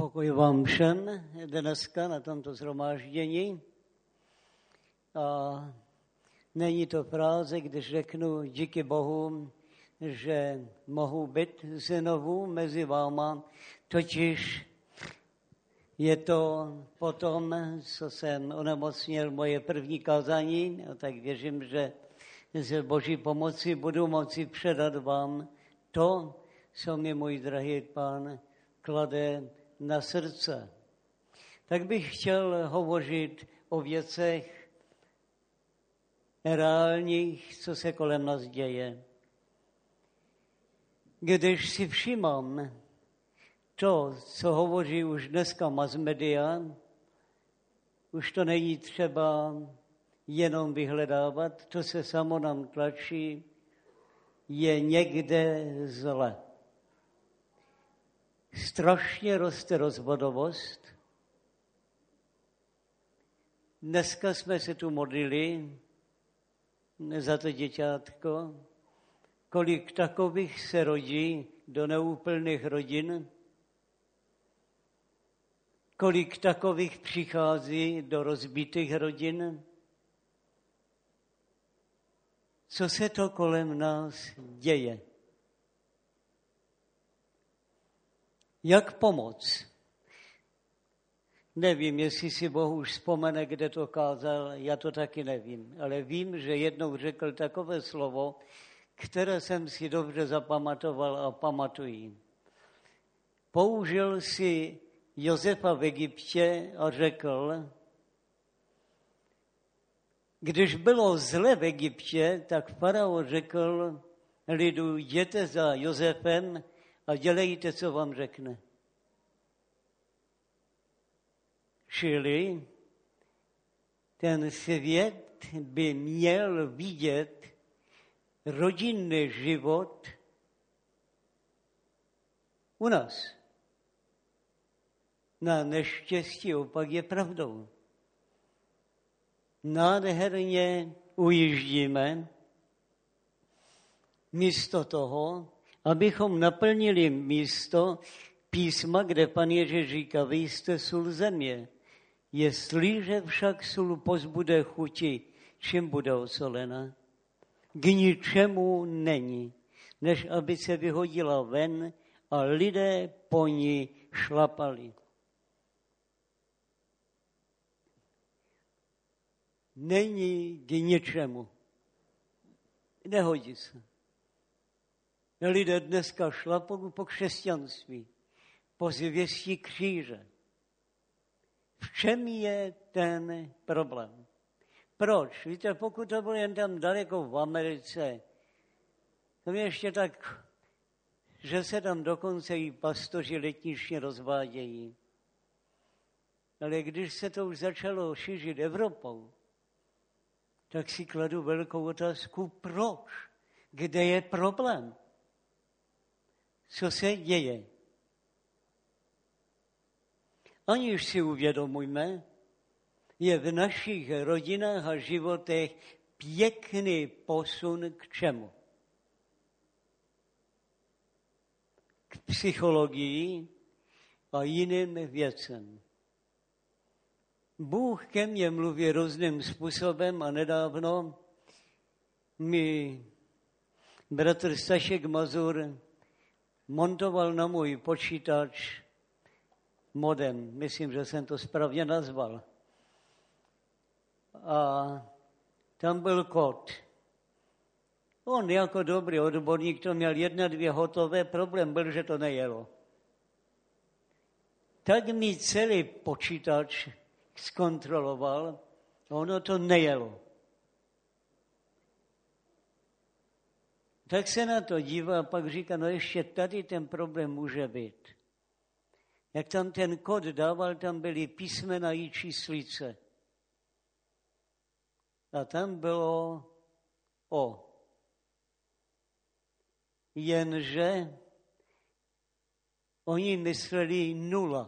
Pokoj vám všem dneska na tomto shromáždění. A není to fráze, když řeknu díky Bohu, že mohu být znovu mezi váma, totiž je to potom, co jsem onemocněl moje první kázání, a tak věřím, že z Boží pomoci budu moci předat vám to, co mi můj drahý Pán klade na srdce. Tak bych chtěl hovořit o věcech reálních, co se kolem nás děje. Když si všímám to, co hovoří už dneska mass media, už to není třeba jenom vyhledávat, to se samo nám tlačí, je někde zle. Strašně roste rozvodovost. Dneska jsme se tu modlili za to děťátko. Kolik takových se rodí do neúplných rodin? Kolik takových přichází do rozbitých rodin? Co se to kolem nás děje? Jak pomoct? Nevím, jestli si Bohu už vzpomene, kde to kázal, já to taky nevím, ale vím, že jednou řekl takové slovo, které jsem si dobře zapamatoval a pamatuji. Použil si Josefa v Egyptě a řekl, když bylo zle v Egyptě, tak faraon řekl lidu, jděte za Josefem a dělejte, co vám řekne. Čili ten svět by měl vidět rodinný život u nás. Na neštěstí opak je pravdou. Nádherně ujíždíme místo toho, abychom naplnili místo písma, kde Pan Ježíš říká, vy jste sůl země. Jestliže však sůl pozbude chuti, čím bude osolena? K ničemu není, než aby se vyhodila ven a lidé po ní šlapali. Není k ničemu. Nehodí se. Lidé dneska šlapou po křesťanství, po zvěstí kříže. V čem je ten problém? Proč? Víte, pokud to bylo jen tam daleko v Americe, to je ještě tak, že se tam dokonce i pastoři letničně rozvádějí. Ale když se to už začalo šířit Evropou, tak si kladu velkou otázku, proč? Kde je problém? Co se děje? Aniž si uvědomujme, je v našich rodinách a životech pěkný posun k čemu? K psychologii a jiným věcem. Bůh ke mně mluví různým způsobem a nedávno mi bratr Stašek Mazur montoval na můj počítač modem. Myslím, že jsem to správně nazval. A tam byl kód. On jako dobrý odborník to měl 1-2 hotové, problém byl, že to nejelo. Tak mi celý počítač zkontroloval, ono to nejelo. Tak se na to dívá a pak říká, no ještě tady ten problém může být. Jak tam ten kód dával, tam byly písmena i číslice. A tam bylo O. Jenže oni mysleli 0.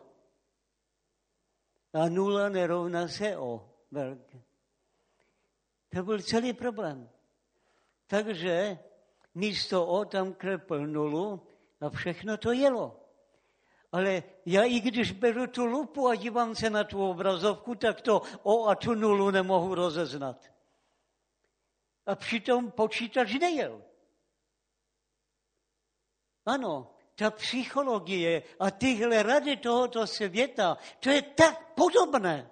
A 0 nerovná se O. Velké. To byl celý problém. Takže místo O tam klepl 0 a všechno to jelo. Ale já i když beru tu lupu a dívám se na tu obrazovku, tak to O a tu nulu nemohu rozeznat. A přitom počítač nejel. Ano, ta psychologie a tyhle rady tohoto světa, to je tak podobné.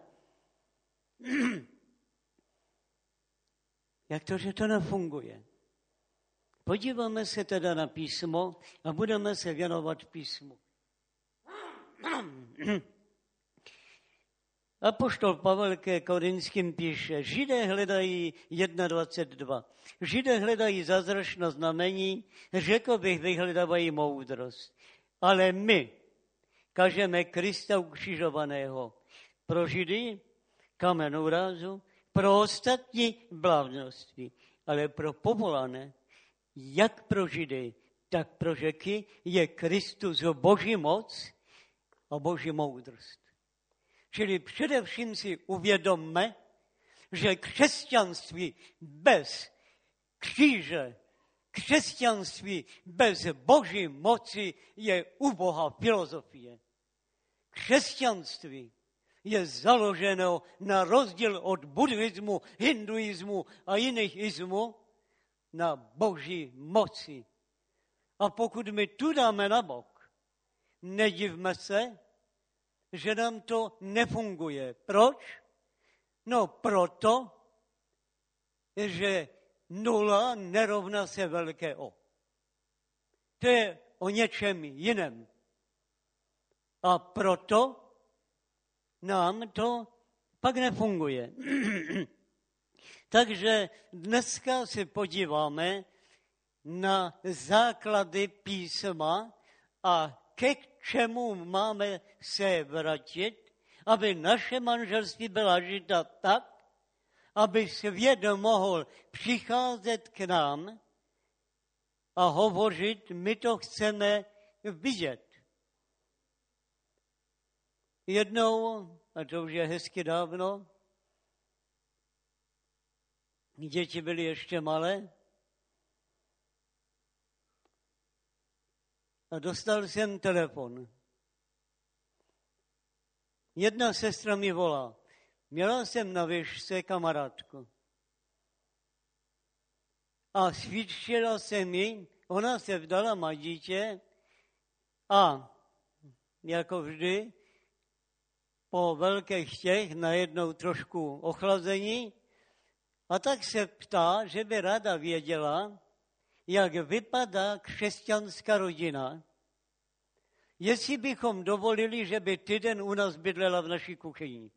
Jak to, že to nefunguje? Podíváme se teda na písmo a budeme se věnovat písmu. Apoštol Pavel ke Korinským píše, Židé hledají 1.22. Židé hledají zázračná znamení, řekl bych, vyhledávají moudrost. Ale my kažeme Krista ukřižovaného. Pro Židy kamen úrazu, pro ostatní bláznovství, ale pro povolané, jak pro Židy, tak pro Řeky, je Kristus Boží moc a Boží moudrost. Čili především si uvědomme, že křesťanství bez kříže, křesťanství bez Boží moci je ubohá filozofie. Křesťanství je založeno na rozdíl od buddhismu, hinduismu a jiných ismů na Boží moci. A pokud my tu dáme na bok, nedivme se, že nám to nefunguje. Proč? No proto, že nula nerovná se velké O. To je o něčem jiném. A proto nám to pak nefunguje. Takže dneska se podíváme na základy písma a ke čemu máme se vrátit, aby naše manželství byla žita tak, aby svět mohl přicházet k nám a hovořit, my to chceme vidět. Jednou, a to už je hezky dávno, děti byly ještě malé, a dostal jsem telefon. Jedna sestra mi volá. Měla jsem na věžce kamarádku. A svědčila se mi, ona se vdala, má dítě a jako vždy po velkých těch najednou trošku ochlazení a tak se ptá, že by ráda věděla, jak vypadá křesťanská rodina, jestli bychom dovolili, že by týden u nás bydlela v naší kuchyni.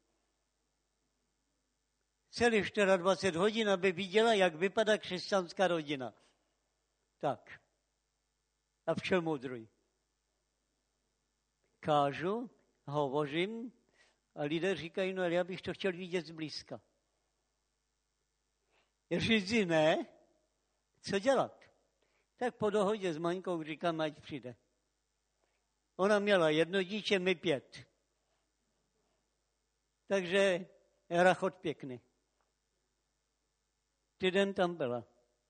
Celých 24 hodin, aby viděla, jak vypadá křesťanská rodina. Tak. A v čem moudruj? Kážu, hovořím a lidé říkají, no ale já bych to chtěl vidět zblízka. Říci ne, co dělat? Tak po dohodě s Maňkou říkám, ať přijde. Ona měla 1 dítě, my 5. Takže rachot pěkný. Týden tam byla.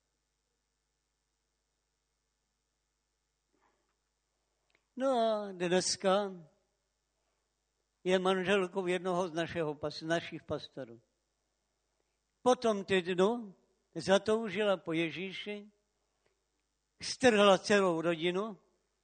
No a dneska je manželkou jednoho z našich pastorů. Po tom týdnu zatoužila po Ježíši, strhla celou rodinu,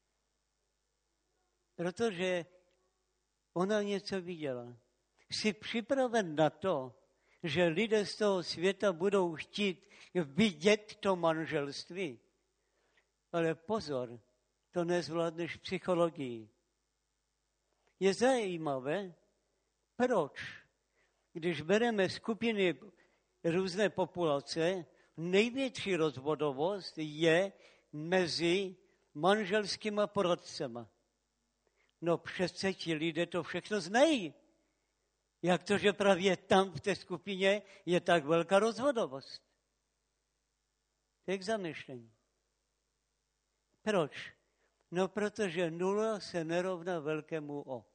protože ona něco viděla. Jsi připraven na to, že lidé z toho světa budou chtít vidět to manželství. Ale pozor, to nezvládneš psychologii. Je zajímavé, proč, když bereme skupiny různé populace, největší rozvodovost je mezi manželskýma porodcema. No přece ti lidé to všechno znají. Jak to, že právě tam v té skupině je tak velká rozvodovost? To je k zamyšlení. Proč? No protože nula se nerovná velkému O.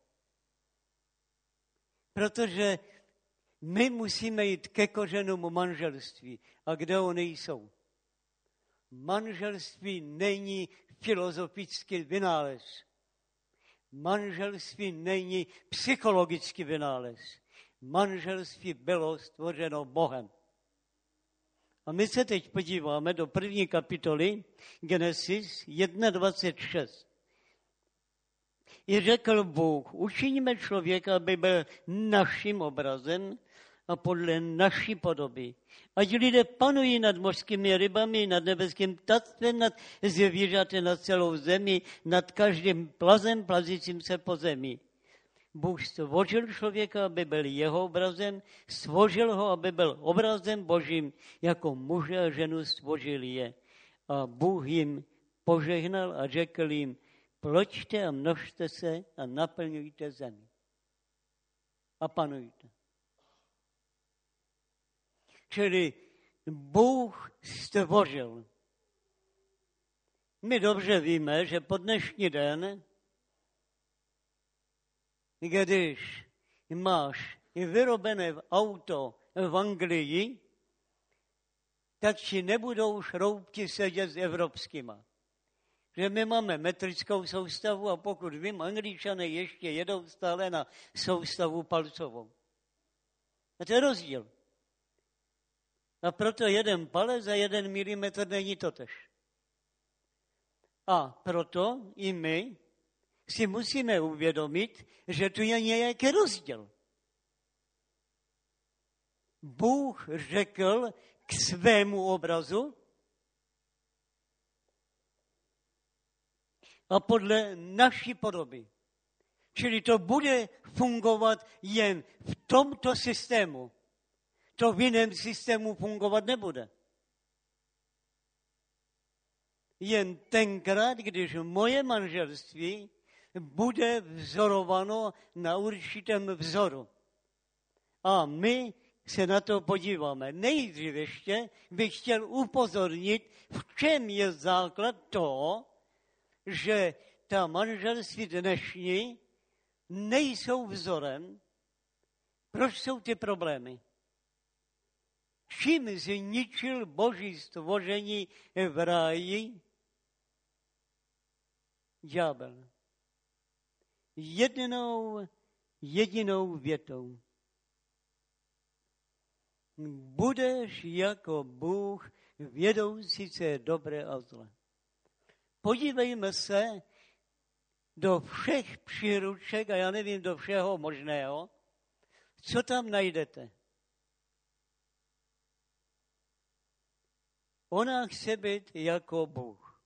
Protože my musíme jít ke kořenům manželství. A kde oni jsou? Manželství není filozofický vynález. Manželství není psychologický vynález. Manželství bylo stvořeno Bohem. A my se teď podíváme do první kapitoly Genesis 1:26. I řekl Bůh, učiníme člověka, aby byl naším obrazem a podle naší podoby. Ať lidé panují nad mořskými rybami, nad nebeským ptactvem, nad zvířaty, nad celou zemi, nad každým plazem plazícím se po zemi. Bůh stvořil člověka, aby byl jeho obrazem, stvořil ho, aby byl obrazem Božím, jako muže a ženu stvořil je. A Bůh jim požehnal a řekl jim, ploďte a množte se a naplňujte zemi. A panujte. Čili Bůh stvořil. My dobře víme, že po dnešní den, když máš vyrobené auto v Anglii, tak ti nebudou šroubky sedět s evropskýma. Že my máme metrickou soustavu a pokud vím, Angličané ještě jedou stále na soustavu palcovou. A to je rozdíl. A proto jeden palec a 1 milimetr není totéž. A proto i my si musíme uvědomit, že tu je nějaký rozdíl. Bůh řekl k svému obrazu a podle naší podoby. Čili to bude fungovat jen v tomto systému. To v jiném systému fungovat nebude. Jen tenkrát, když moje manželství bude vzorováno na určitém vzoru. A my se na to podíváme. Nejdřív ještě bych chtěl upozornit, v čem je základ toho, že ta manželství dnešní nejsou vzorem. Proč jsou ty problémy? Čím zničil Boží stvoření v ráji? Ďábel. Jedinou větou. Budeš jako Bůh vědoucí, co je dobré a zlé. Podívejme se do všech příruček a já nevím, do všeho možného, co tam najdete. Ona chce být jako Bůh.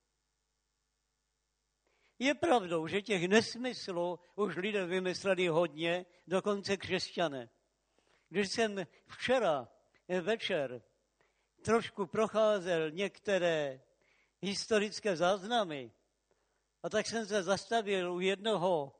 Je pravdou, že těch nesmyslů už lidé vymysleli hodně, dokonce křesťané. Když jsem včera večer trošku procházel některé historické záznamy, a tak jsem se zastavil u jednoho,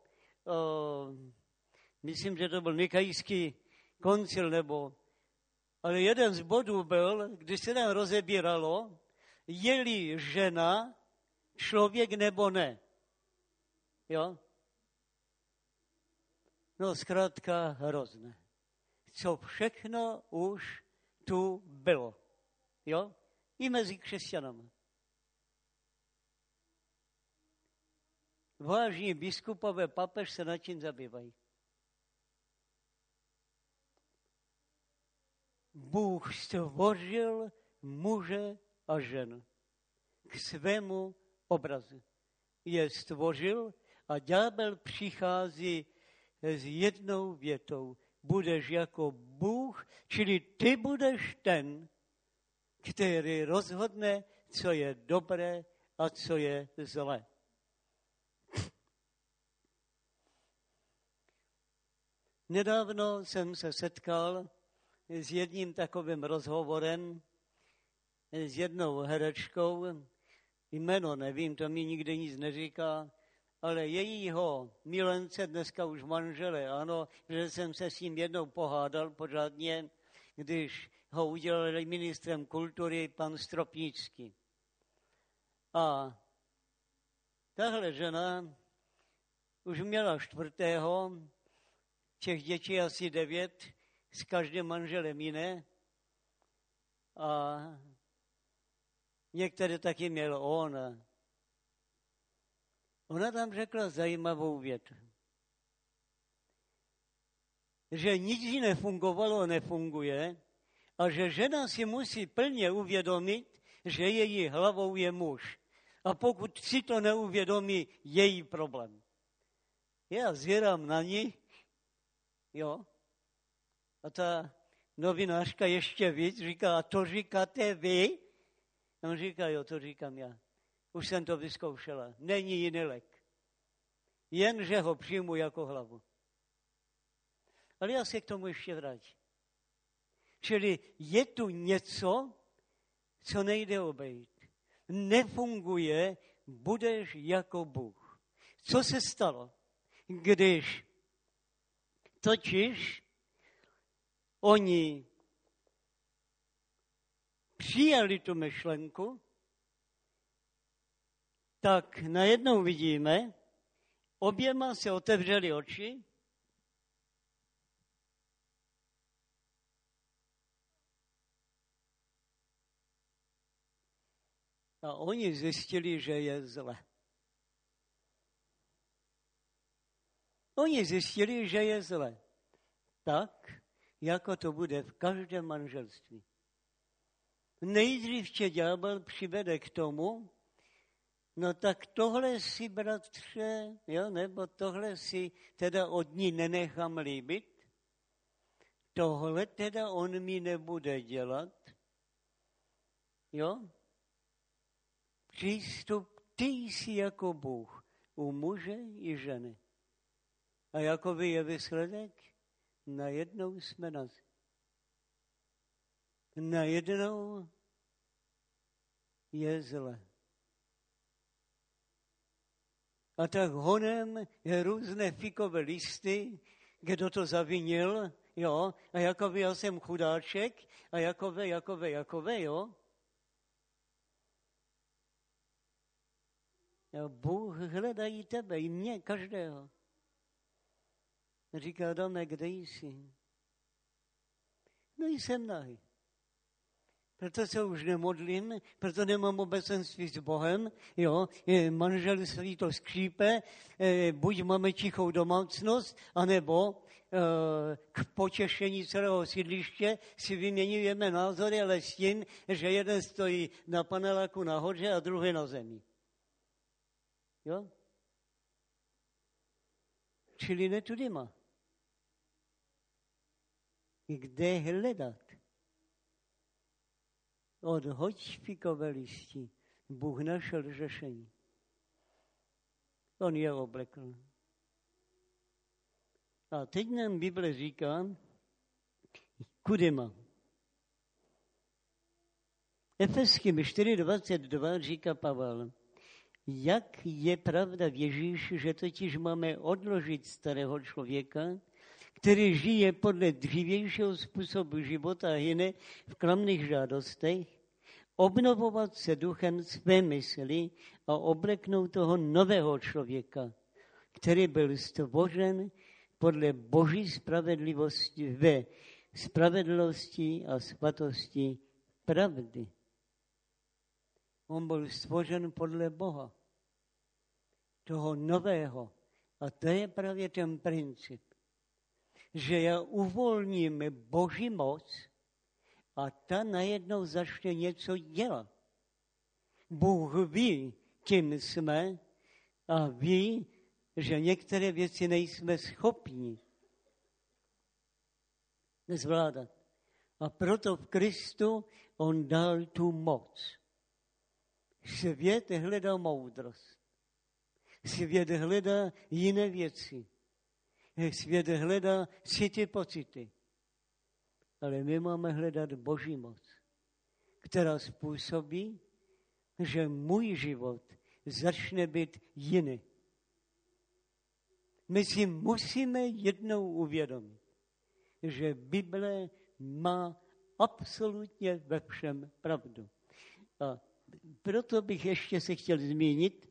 myslím, že to byl Nikajský koncil, ale jeden z bodů byl, když se nám rozebíralo, je-li žena člověk nebo ne. Jo? No zkrátka hrozné. Co všechno už tu bylo. Jo? I mezi křesťanami. Vážní biskupové, papež se nad tím zabývají. Bůh stvořil muže a ženu k svému obrazu. Je stvořil a ďábel přichází s jednou větou. Budeš jako Bůh, čili ty budeš ten, který rozhodne, co je dobré a co je zlé. Nedávno jsem se setkal s jedním takovým rozhovorem s jednou herečkou, jméno nevím, to mi nikde nic neříká, ale jejího milence, dneska už manžele, ano, že jsem se s ním jednou pohádal pořádně, když ho udělali ministrem kultury pan Stropnický. A tahle žena už měla 4. těch dětí asi 9, s každým manželem jiné. A některé taky měl on. ona tam řekla zajímavou větu. Že nic jí nefungovalo, nefunguje a že žena si musí plně uvědomit, že její hlavou je muž. A pokud si to neuvědomí, její problém. Já zírám na ní, jo, a ta novinářka ještě víc říká, a to říkáte vy? A on říká, jo, to říkám já. Už jsem to vyzkoušela. Není jiný lék. Jenže ho přijmu jako hlavu. Ale já se k tomu ještě vrátím. Čili je tu něco, co nejde obejít. Nefunguje, budeš jako Bůh. Co se stalo, když totiž oni přijali tu myšlenku, tak najednou vidíme, oběma se otevřely oči a oni zjistili, že je zle. Oni zjistili, že je zle. Tak, jako to bude v každém manželství. Nejdřív tě ďábel přivede k tomu, no tak tohle si, bratře, jo, nebo tohle si teda od ní nenechám líbit, tohle teda on mi nebude dělat, jo. Přístup, ty jsi jako Bůh, u muže i ženy. A jakový je výsledek? Najednou jsme na zemi. Najednou je zle. A tak honem je různé fikové listy, kdo to zavinil, jo, a jakový já jsem chudáček, a jakové, jo. A Bůh hledají tebe, i mě, každého. Říká, Adame, kde jsi? No jsem nahý. Proto se už nemodlím, proto nemám obecenství s Bohem, jo, manželství to skřípe, buď máme tichou domácnost, anebo k potěšení celého sídliště si vyměňujeme názory, ale s tím, že jeden stojí na paneláku nahoře a druhý na zemi. Jo? Čili ne tudy má. Kde hledat? Odhoď fikové listy. Bůh našel řešení. On je oblekl. A teď nám Bible říká, kudy má. Efeským 4:22 říká Pavel, jak je pravda v Ježíši, že totiž máme odložit starého člověka, který žije podle dřívějšího způsobu života a hyne v klamných žádostech, obnovovat se duchem své mysli a obleknout toho nového člověka, který byl stvořen podle Boží spravedlivosti ve spravedlnosti a svatosti pravdy. On byl stvořen podle Boha, toho nového. A to je právě ten princip, že já uvolním Boží moc a ta najednou začne něco dělat. Bůh ví, kým jsme a ví, že některé věci nejsme schopni zvládat. A proto v Kristu on dal tu moc. Svět hledá moudrost. Svět hledá jiné věci. Svět hledá city, pocity. Ale my máme hledat Boží moc, která způsobí, že můj život začne být jiný. My si musíme jednou uvědomit, že Bible má absolutně ve všem pravdu. A proto bych ještě se chtěl zmínit,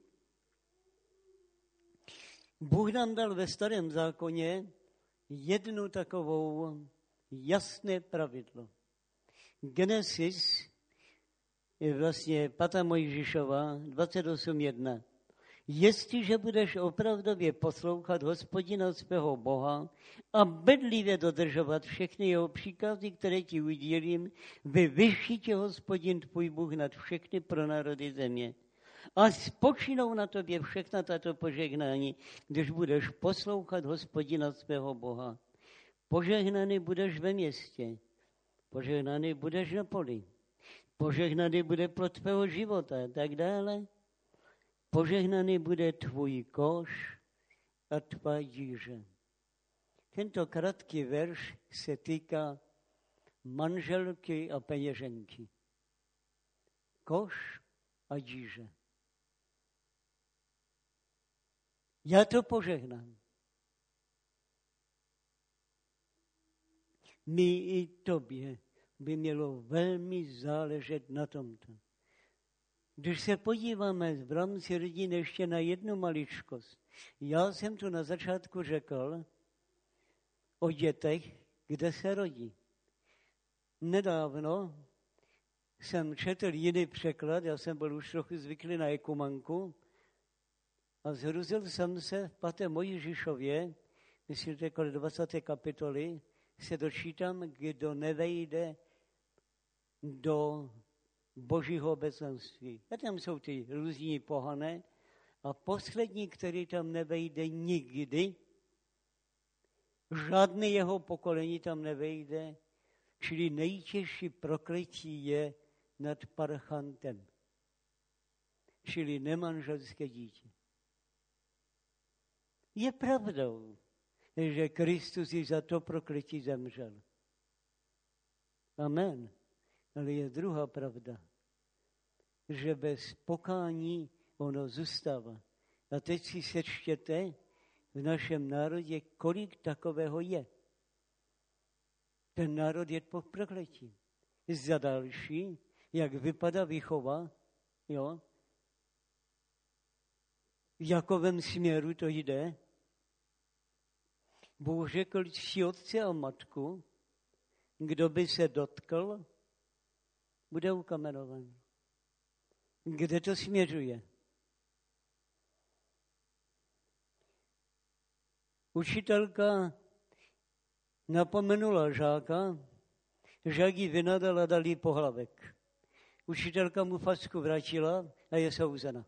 Bůh nám dal ve Starém zákoně jednu takovou jasné pravidlo. Genesis je vlastně 5. Mojžíšova 28.1. Jestliže budeš opravdově poslouchat Hospodina svého Boha a bedlivě dodržovat všechny jeho příkazy, které ti udělím, vyvyší tě Hospodin tvůj Bůh nad všechny pronárody země. A spočinou na tobě všechna tato požehnání, když budeš poslouchat Hospodina svého Boha. Požehnaný budeš ve městě, požehnaný budeš na poli, požehnaný bude plod tvého života a tak dále. Požehnaný bude tvůj koš a tvá díře. Tento krátký verš se týká manželky a peněženky. Koš a díře. Já to požehnám. My i tobě by mělo velmi záležet na tomto. Když se podíváme v rámci rodiny ještě na jednu maličkost. Já jsem tu na začátku řekl o dětech, kde se rodí. Nedávno jsem četl jiný překlad, já jsem byl už trochu zvyklý na ekumenku a zhruzil jsem se v 5. Mojžíšově, myslím, že kolem 20. kapitoly, se dočítám, kdo nevejde do Božího obecenství. A tam jsou ty různí pohané a poslední, který tam nevejde nikdy, žádný jeho pokolení tam nevejde, čili nejtěžší prokletí je nad parchantem, čili nemanželské dítě. Je pravdou, že Kristus i za to prokletí zemřel. Amen. Ale je druhá pravda, že bez pokání ono zůstává. A teď si sečtěte v našem národě, kolik takového je. Ten národ je pod prokletím. Za další, jak vypadá výchova, jo? V jakovém směru to jde. Bůh řekl si otce a matku, kdo by se dotkl, bude ukamenovaný. Kde to směřuje? Učitelka napomenula žáka, žák jí vynadal a dal jí pohlavek. Učitelka mu facku vrátila a je souzena.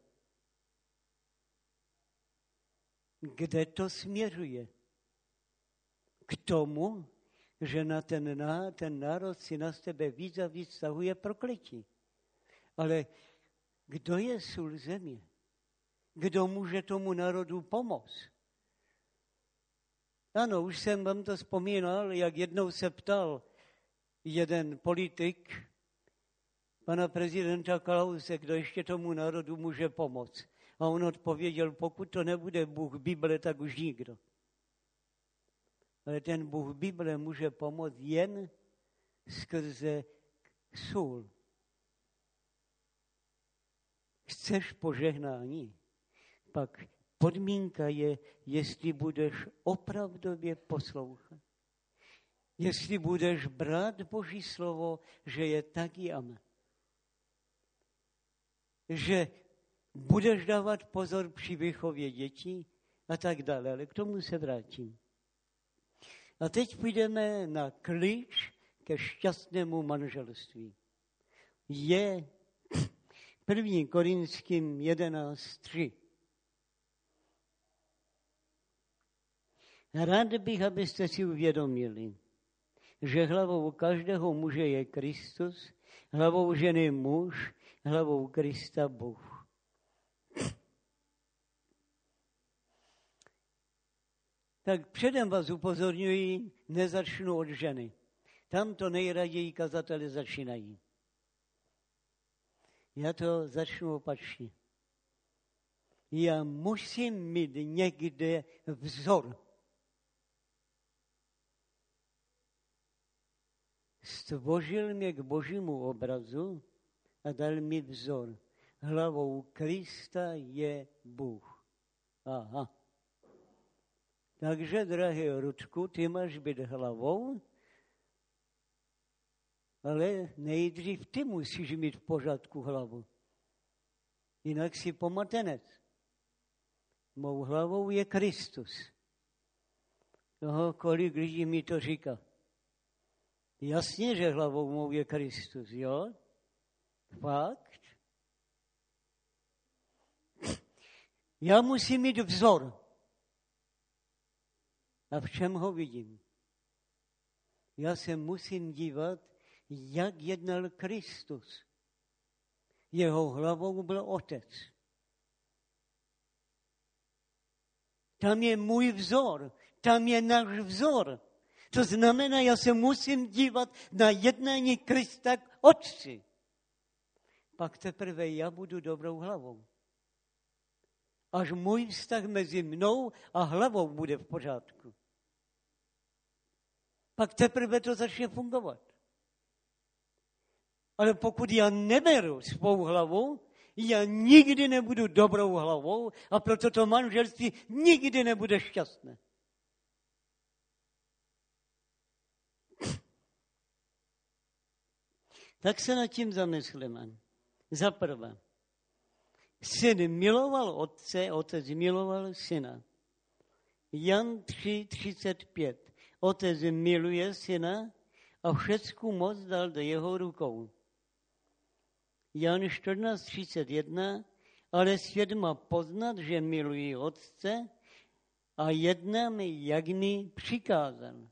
Kde to směřuje? K tomu, že na ten národ si na tebe víc a víc stahuje prokletí. Ale kdo je sůl země? Kdo může tomu národu pomoct? Ano, už jsem vám to vzpomínal, jak jednou se ptal jeden politik, pana prezidenta Klause, kdo ještě tomu národu může pomoct. A on odpověděl, pokud to nebude Bůh Bible, tak už nikdo. Ale ten Bůh Bible může pomoct jen skrze sůl. Chceš požehnání? Pak podmínka je, jestli budeš opravdově poslouchat. Jestli budeš brát Boží slovo, že je tak i amen. Že budeš dávat pozor při výchově dětí a tak dále. Ale k tomu se vrátím. A teď půjdeme na klíč ke šťastnému manželství. Je 1. Korinským 11:3. Rád bych, abyste si uvědomili, že hlavou každého muže je Kristus, hlavou ženy muž, hlavou Krista Bůh. Tak předem vás upozorňuji, nezačnu od ženy. Tam to nejraději kazateli začínají. Já to začnu opačně. Já musím mít někde vzor. Stvořil mě k Božímu obrazu a dal mi vzor. Hlavou Krista je Bůh. Aha. Takže, drahý Ručku, ty máš být hlavou, ale nejdřív ty musíš mít v pořádku hlavu. Jinak si pomatenec. Mou hlavou je Kristus. Kolik lidí mi to říká. Jasně, že hlavou mou je Kristus, jo? Fakt? Já musím mít vzor. A v čem ho vidím? Já se musím dívat, jak jednal Kristus. Jeho hlavou byl Otec. Tam je můj vzor, tam je náš vzor. To znamená, já se musím dívat na jednání Krista k Otci. Pak teprve já budu dobrou hlavou. Až můj vztah mezi mnou a hlavou bude v pořádku. Pak teprve to začne fungovat. Ale pokud já neberu svou hlavu, já nikdy nebudu dobrou hlavou a proto to manželství nikdy nebude šťastné. Tak se nad tím zamyslíme. Za prvé, syn miloval otce, otec miloval syna. Jan 3:35. Otec miluje syna a všecku moc dal do jeho rukou. Jan 14:31. Ale svět má poznat, že milují otce a jednám, jak mi přikázal.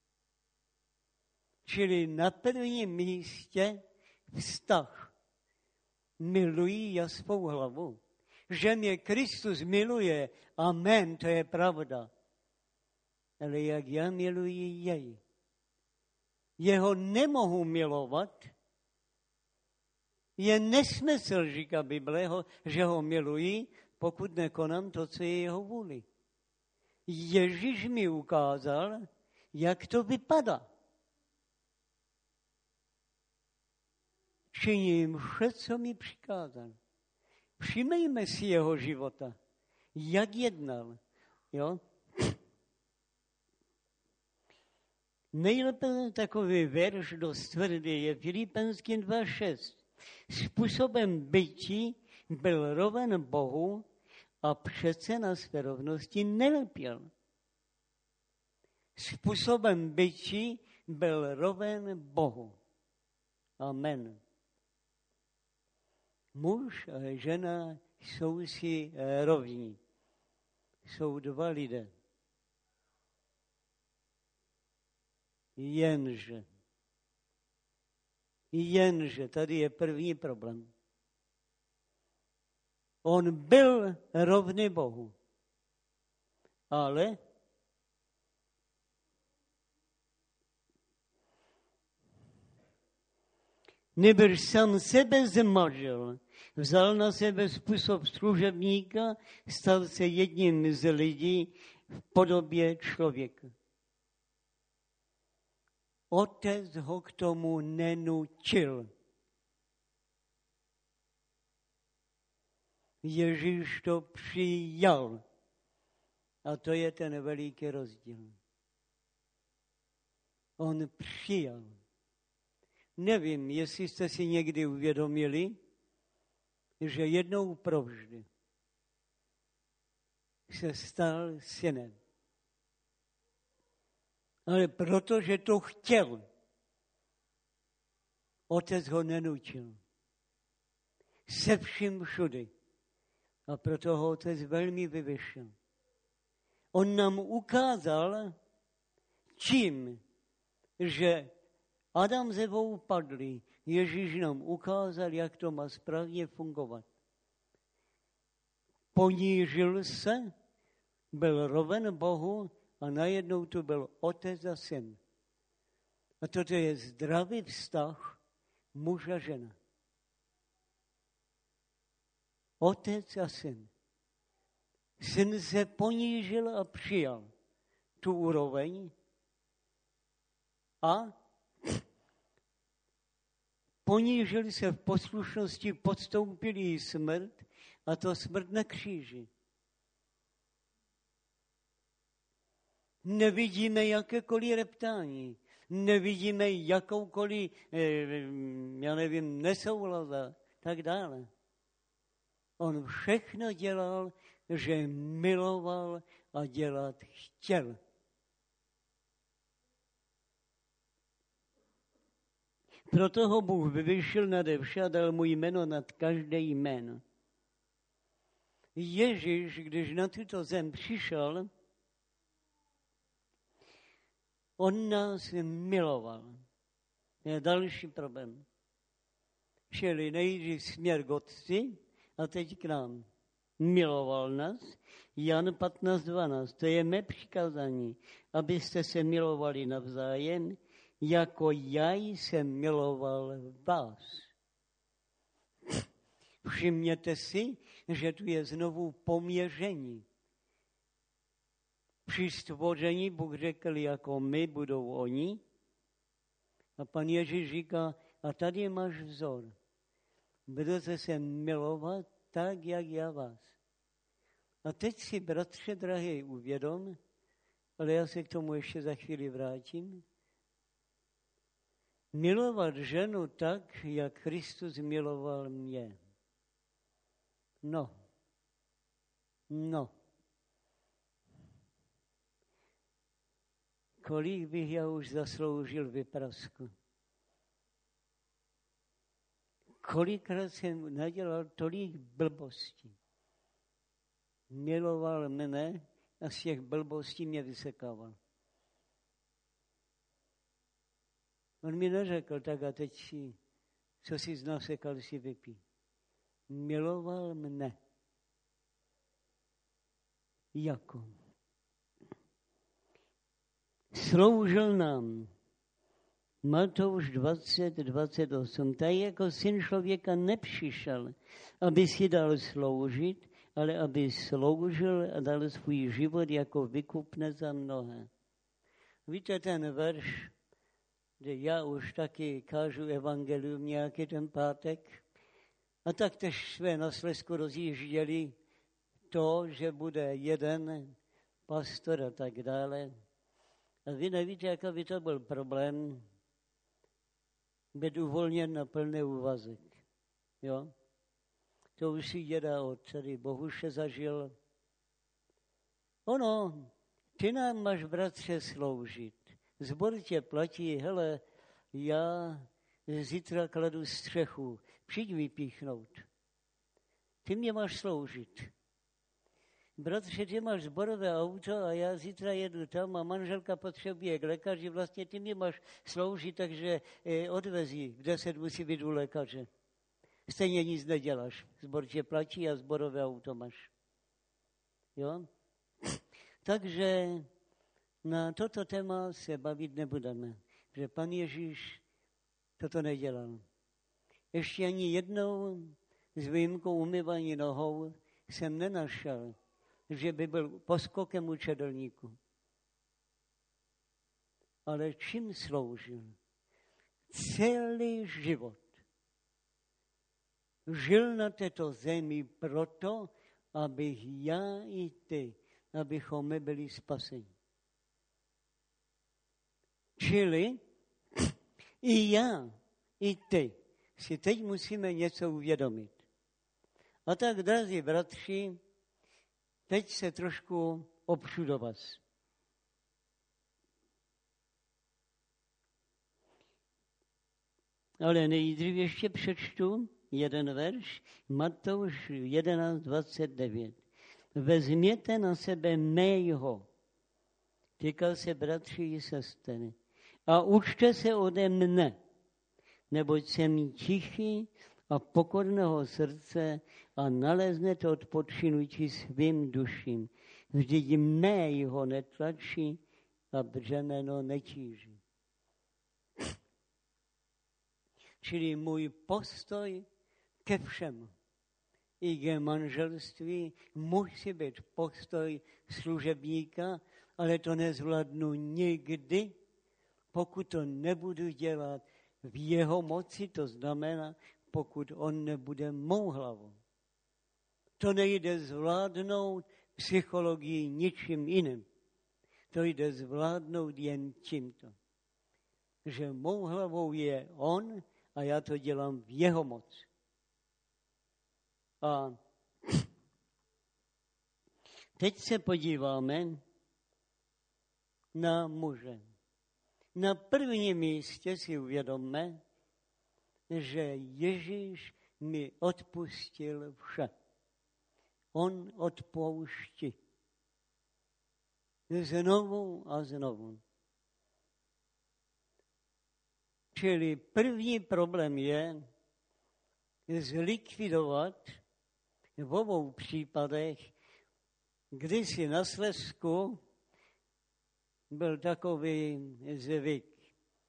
Čili na prvním místě vztah. Miluji já svou hlavu. Že mě Kristus miluje, amen, to je pravda. Ale jak já miluji jej. Jeho nemohu milovat, je nesmysl, říká Bible, že ho miluji, pokud nekonám to, co je jeho vůli. Ježíš mi ukázal, jak to vypadá. Činím vše, co mi přikázal. Všimejme si jeho života. Jak jednal. Jo? Nejlépe takový verš dost tvrdý je Filipenským 2:6. Způsobem bytí byl roven Bohu a přece na své rovnosti nelpěl. Způsobem bytí byl roven Bohu. Amen. Muž a žena jsou si rovní. Jsou dva lidé. Jenže tady je první problém. On byl rovný Bohu, ale nebyl sám sebe zmažil, vzal na sebe způsob služebníka, stal se jedním z lidí v podobě člověka. Otec ho k tomu nenutil. Ježíš to přijal. A to je ten veliký rozdíl. On přijal. Nevím, jestli jste si někdy uvědomili, že jednou provždy se stal synem. Ale protože to chtěl, otec ho nenutil. Se vším všudy. A proto ho otec velmi vyvyšil. On nám ukázal, čím, že Adam s Evou padli, Ježíš nám ukázal, jak to má správně fungovat. Ponížil se, byl roven Bohu a najednou to byl otec a syn. A toto je zdravý vztah muž a žena. Otec a syn. Syn se ponížil a přijal tu úroveň a ponížil se v poslušnosti, podstoupil jí smrt a to smrt na kříži. Nevidíme jakékoliv reptání, nevidíme jakoukoliv, nesouhlas a tak dále. On všechno dělal, že miloval a dělat chtěl. Proto ho Bůh vyvyšil nade vše a dal mu jméno nad každé jméno. Ježíš, když na tuto zem přišel, on nás miloval. Je další problém. Čili nejdřív směr k Otci a teď k nám. Miloval nás. Jan 15:12. To je mé přikázání, abyste se milovali navzájem, jako já jsem miloval vás. Všimněte si, že tu je znovu poměření. Při stvoření Bůh řekl, jako my budou oni. A pan Ježíš říká, a tady máš vzor. Budete se milovat tak, jak já vás. A teď si, bratře drahý, uvědom, ale já se k tomu ještě za chvíli vrátím, milovat ženu tak, jak Kristus miloval mě. No. Kolik bych já už zasloužil vyprasku. Kolikrát jsem nadělal tolik blbostí. Miloval mne a z těch blbostí mě vysekával. On mi neřekl, tak a teď si, co si nasekal, si vypí. Miloval mne. Jako? Sloužil nám. Matouš 20:28. Tak jako syn člověka nepřišel, aby si dal sloužit, ale aby sloužil a dal svůj život jako vykupné za mnohé. Víte ten verš, kde já už taky kážu evangelium nějaký ten pátek, a tak tež své na Slezsku rozjížděli to, že bude jeden pastor a tak dále. A vy nevíte, jaký by to byl problém, být uvolněn na plný úvazek. Jo? To už si děda od tady Bohuše zažil. Ono, ty nám máš, bratře, sloužit. Zbor tě platí, hele, já zítra kladu střechu, přijď vypíchnout. Ty mě máš sloužit. Bratře, ty máš zborové auto a já zítra jedu tam a manželka potřebuje k lékaři, vlastně ty mě máš sloužit, takže odvezí, v 10 musí být u lékaře. Stejně nic neděláš. Zbor tě platí a zborové auto máš. Jo? Takže na toto téma se bavit nebudeme, protože pan Ježíš toto nedělal. Ještě ani jednou s výjimkou umyvání nohou jsem nenašel, že by byl poskokem u čedelníku. Ale čím sloužil? Celý život. Žil na této zemi proto, abych já i ty, abychom my byli spaseni. Čili i já, i ty si teď musíme něco uvědomit. A tak, drazí bratři, teď se trošku opřu do vás. Ale nejdřív ještě přečtu jeden verš, Matouš 11:29. Vezměte na sebe mého, týkal se bratři i sestry, a učte se ode mne, neboť jsem tichý a pokorného srdce a naleznete odpočinutí svým duším. Vždyť mého netlačí a břemeno netíží. Čili můj postoj ke všemu, i ke manželství, musí být postoj služebníka, ale to nezvládnu nikdy, pokud to nebudu dělat v jeho moci, to znamená, pokud on nebude mou hlavou. To nejde zvládnout psychologii ničím jiným. To jde zvládnout jen tímto. Že mou hlavou je on a já to dělám v jeho moci. A Teď se podíváme na muže. Na prvním místě si uvědomme, že Ježíš mi odpustil vše. On odpouští. Znovu a znovu. Čili první problém je zlikvidovat v obou případech, kdysi na Slezsku byl takový zvyk.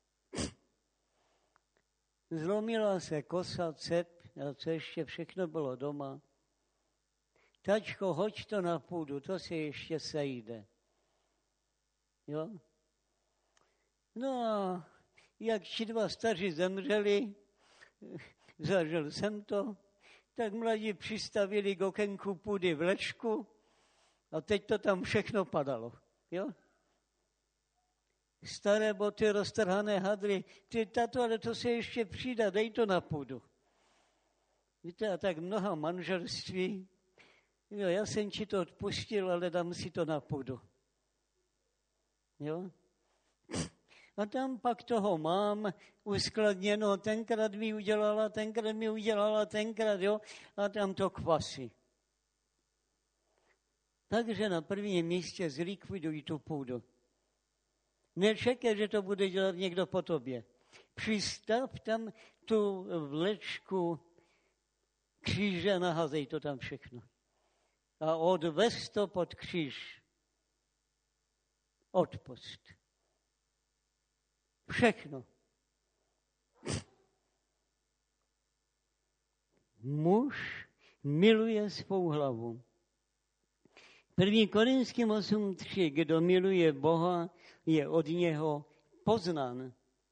Zlomila se kosa, cep a co ještě všechno bylo doma. Tačko, hoď to na půdu, to se ještě sejde. Jo? No a jak 2 staří zemřeli, zažil jsem to, tak mladí přistavili k okénku půdy vlečku a teď to tam všechno padalo. Jo? Staré boty, roztrhané hadry, ty tato, ale to se ještě přidá, dej to na půdu. Víte, a tak mnoha manželství, jo, já jsem ti to odpustil, ale dám si to na půdu. Jo? A tam pak toho mám uskladněno, tenkrát mi udělala, tenkrát, jo, a tam to kvasí. Takže na prvním místě zlikviduj tu půdu. Nečekej, že to bude dělat někdo po tobě. Přistav tam tu vlečku kříže a naházej to tam všechno. A odvez to pod kříž. Odpust. Všechno. Muž miluje svou hlavu. 1. Korinským 8:3. Kdo miluje Boha, je od něho poznán.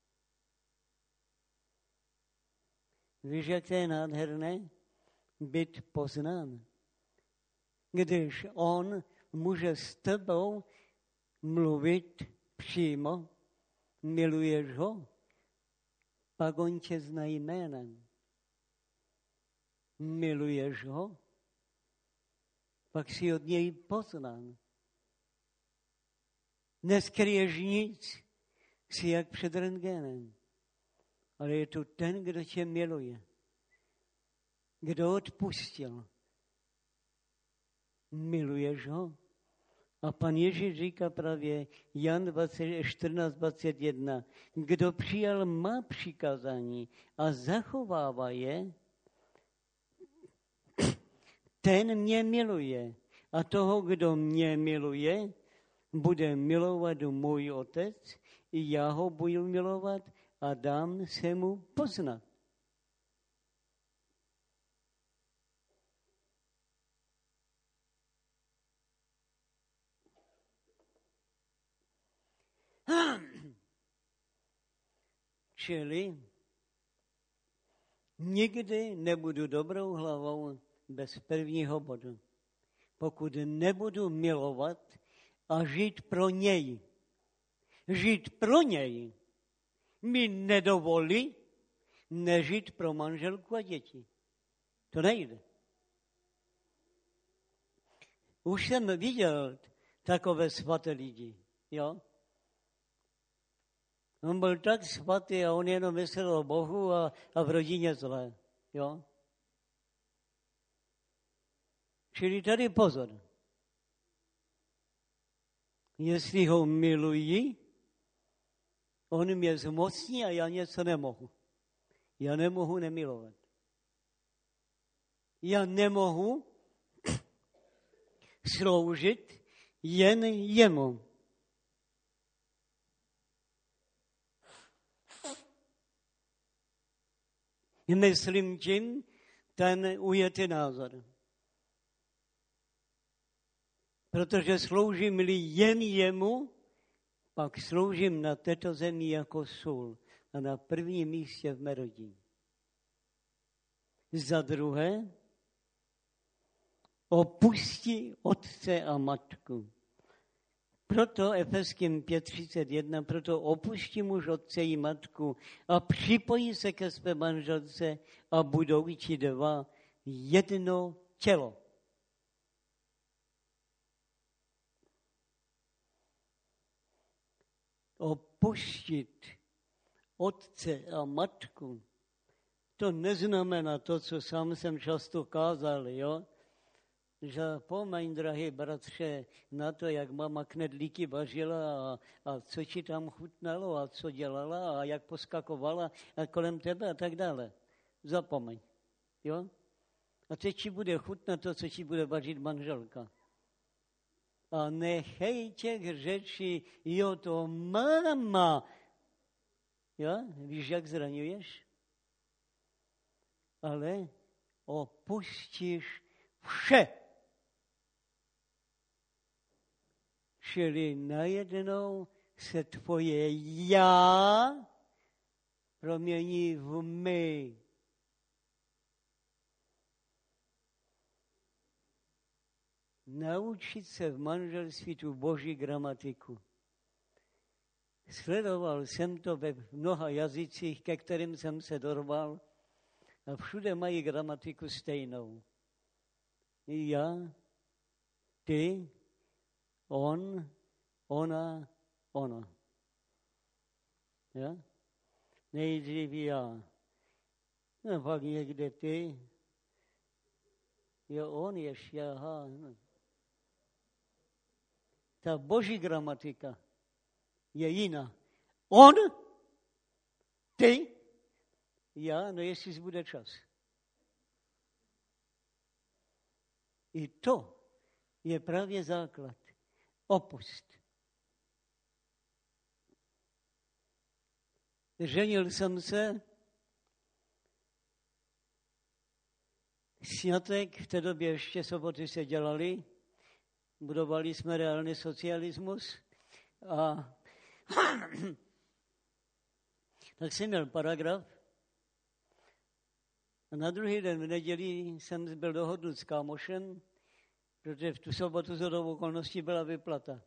Víš, jak to je nádherné? Být poznán. Když on může s tebou mluvit přímo, miluješ ho, pak on tě zná jménem. Miluješ ho, pak si od něj poznán. Neskryješ nic, jsi jak před rentgenem. Ale je tu ten, kdo tě miluje. Kdo odpustil. Miluješ ho? A pan Ježíš říká právě Jan 14:21. Kdo přijal má přikázání a zachovává je, ten mě miluje. A toho, kdo mě miluje, bude milovat můj otec, i já ho budu milovat a dám se mu poznat. Čili nikdy nebudu dobrou hlavou bez prvního bodu. Pokud nebudu milovat a žít pro něj. Žít pro něj mi nedovolí nežít pro manželku a děti. To nejde. Už jsem viděl takové svaté lidi, jo? On byl tak svatý a on jenom myslel o Bohu a v rodině zlé, jo? Čili tady pozor. Jestli ho miluji, on mě zmocní a já něco nemohu. Já nemohu nemilovat. Já nemohu sloužit jen jemu. Myslím tím ten ujetý názor. Protože sloužím-li jen jemu, pak sloužím na této zemi jako sůl a na prvním místě v mé rodině. Za druhé, opustí otce a matku. Proto Efeským 5:31, proto opustí muž otce i matku a připojí se ke své manželce a budou ti 2 jedno tělo. Opustit otce a matku, to neznamená to, co sám jsem často kázal, jo? Že pomeň, drahý bratře, na to, jak mama knedlíky vařila a co ti tam chutnalo a co dělala a jak poskakovala a kolem tebe a tak dále. Zapomeň, jo? A teď ti bude chutnat to, co ti bude vařit manželka. A nechej těch řečí, jo, to máma. Jo? Víš, jak zraňuješ? Ale opustíš vše. Čili najednou se tvoje já promění v my. Naučit se v manželství tu boží gramatiku. Sledoval jsem to ve mnoha jazycích, ke kterým jsem se dorval, a všude mají gramatiku stejnou. Já, ty, on, ona, ono. Ja? Nejdřív já. No pak někde ty. Jo, on ještě, aha. Ta boží gramatika je jiná. On, ty, já, no jestli bude čas. I to je právě základ. Opust. Ženil jsem se, sňatek, v té době ještě soboty se dělali, budovali jsme reálný socialismus a tak jsem měl paragraf a na druhý den v neděli jsem byl dohodnut s kámošem, protože v tu sobotu shodou okolností byla vyplata.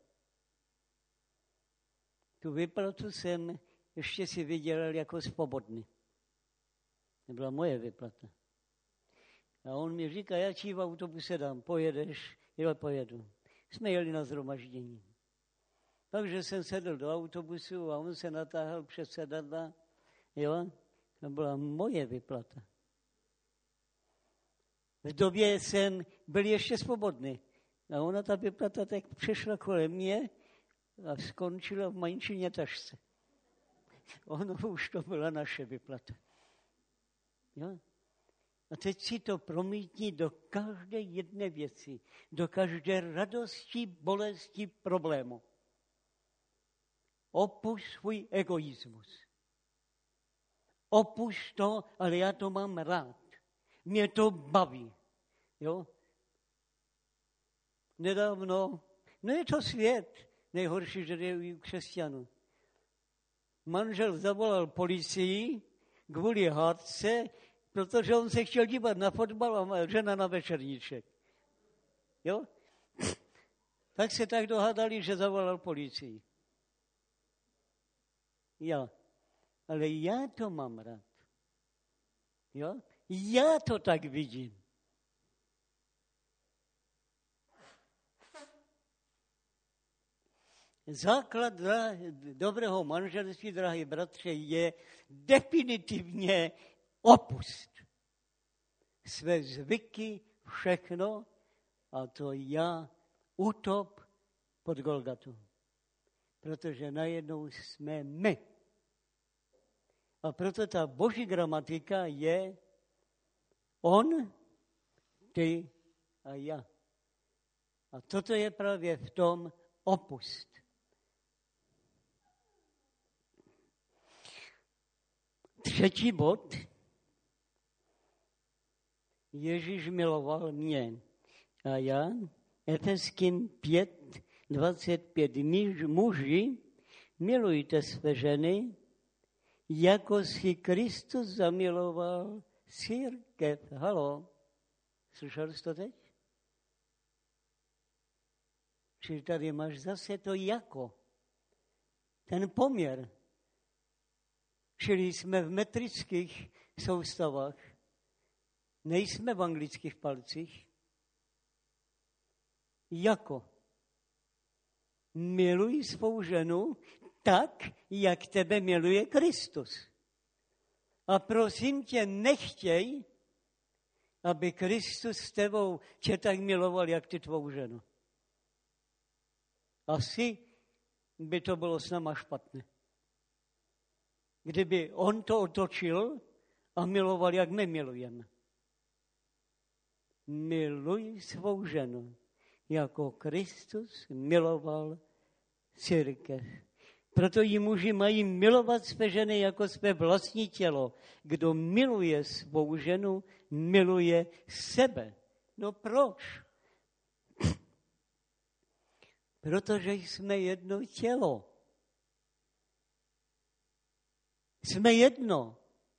Tu vyplatu jsem ještě si vydělal jako svobodný. To byla moje vyplata. A on mi říká, já ti v autobuse dám, pojedeš? Jo, pojedu. Jsme jeli na shromaždění. Takže jsem sedl do autobusu a on se natáhl přes sedadla. Jo, to byla moje vyplata. V době jsem byl ještě svobodný. A ona, ta vyplata, tak přešla kolem mě a skončila v mančině tašce. Ono už to byla naše vyplata. Jo? A teď si to promítni do každé jedné věci, do každé radosti, bolesti, problému. Opušť svůj egoismus. Opušť to, ale já to mám rád. Mě to baví. Jo? Nedávno, no je to svět, nejhorší, že je u křesťanů. Manžel zavolal policii kvůli hádce, protože on se chtěl dívat na fotbal a žena na večerníček. Jo? Tak se tak dohádali, že zavolal policii. Já. Ale já to mám rád. Jo? Já to tak vidím. Základ dobrého manželství, drahý bratře, je definitivně opust. Své zvyky, všechno, a to já utop pod Golgatu. Protože najednou jsme my. A proto ta boží gramatika je on, ty a já. A toto je právě v tom opust. Třetí bod. Ježíš miloval mě a já. Efeským 5:25. Muži, milujte své ženy, jako si Kristus zamiloval církev. Haló, slyšel jsi to teď? Čili tady máš zase to jako. Ten poměr. Čili jsme v metrických soustavách, nejsme v anglických palcích. Jako. Miluj svou ženu tak, jak tebe miluje Kristus. A prosím tě, nechtěj, aby Kristus s tebou tě tak miloval, jak ty tvou ženu. Asi by to bylo s náma špatné. Kdyby on to otočil a miloval, jak my milujeme. Miluj svou ženu, jako Kristus miloval církev. Proto ji muži mají milovat své ženy jako své vlastní tělo. Kdo miluje svou ženu, miluje sebe. No proč? Protože jsme jedno tělo. Jsme jedno.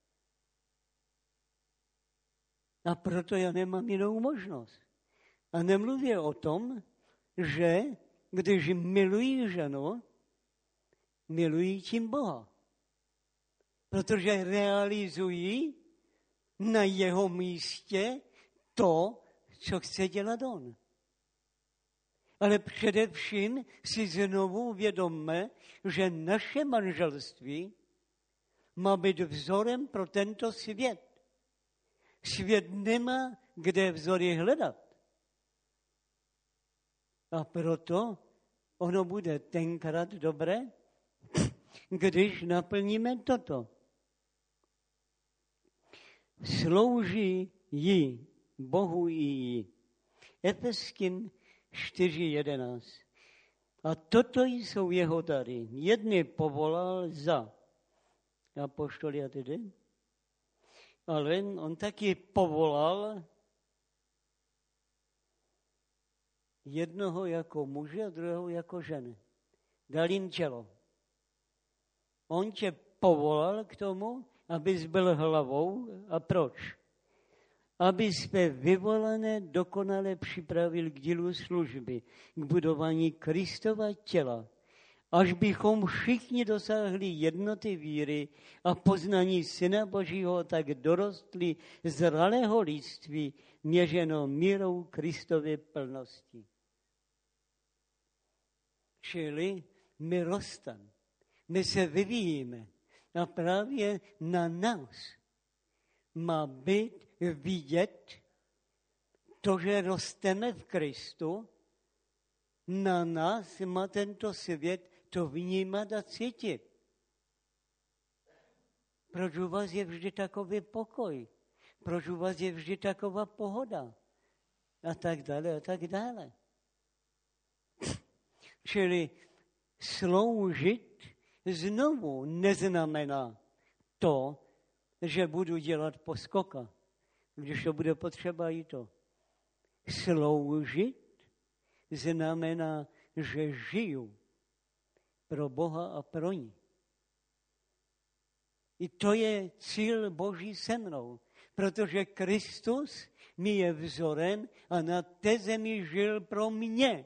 A proto já nemám jinou možnost. A nemluvě o tom, že když milují ženu, milují tím Boha. Protože realizují na jeho místě to, co chce dělat on. Ale především si znovu uvědomme, že naše manželství má být vzorem pro tento svět. Svět nemá kde vzory hledat. A proto ono bude tenkrát dobré, když naplníme toto. Slouží jí, Bohu i jí. Efeským 4:11. A toto jsou jeho dary. Jedny povolal za apoštoly a tedy, ale on taky povolal jednoho jako muže a druhého jako ženy. Dal jim tělo. On tě povolal k tomu, abys byl hlavou. A proč? Aby jsme vyvolané dokonale připravil k dílu služby, k budování Kristova těla, až bychom všichni dosáhli jednoty víry a poznání Syna Božího, tak dorostli zralého lidství, měřeno mírou Kristovy plnosti. Čili my rosteme, my se vyvíjíme a právě na nás má být vidět to, že rosteme v Kristu, na nás má tento svět to vnímat a cítit. Proč u vás je vždy takový pokoj? Proč u vás je vždy taková pohoda? A tak dále, a tak dále. Čili sloužit znovu neznamená to, že budu dělat poskoka, když to bude potřeba i to. Sloužit znamená, že žiju pro Boha a pro ní. I to je cíl Boží se mnou, protože Kristus mi je vzorem a na té zemi žil pro mě.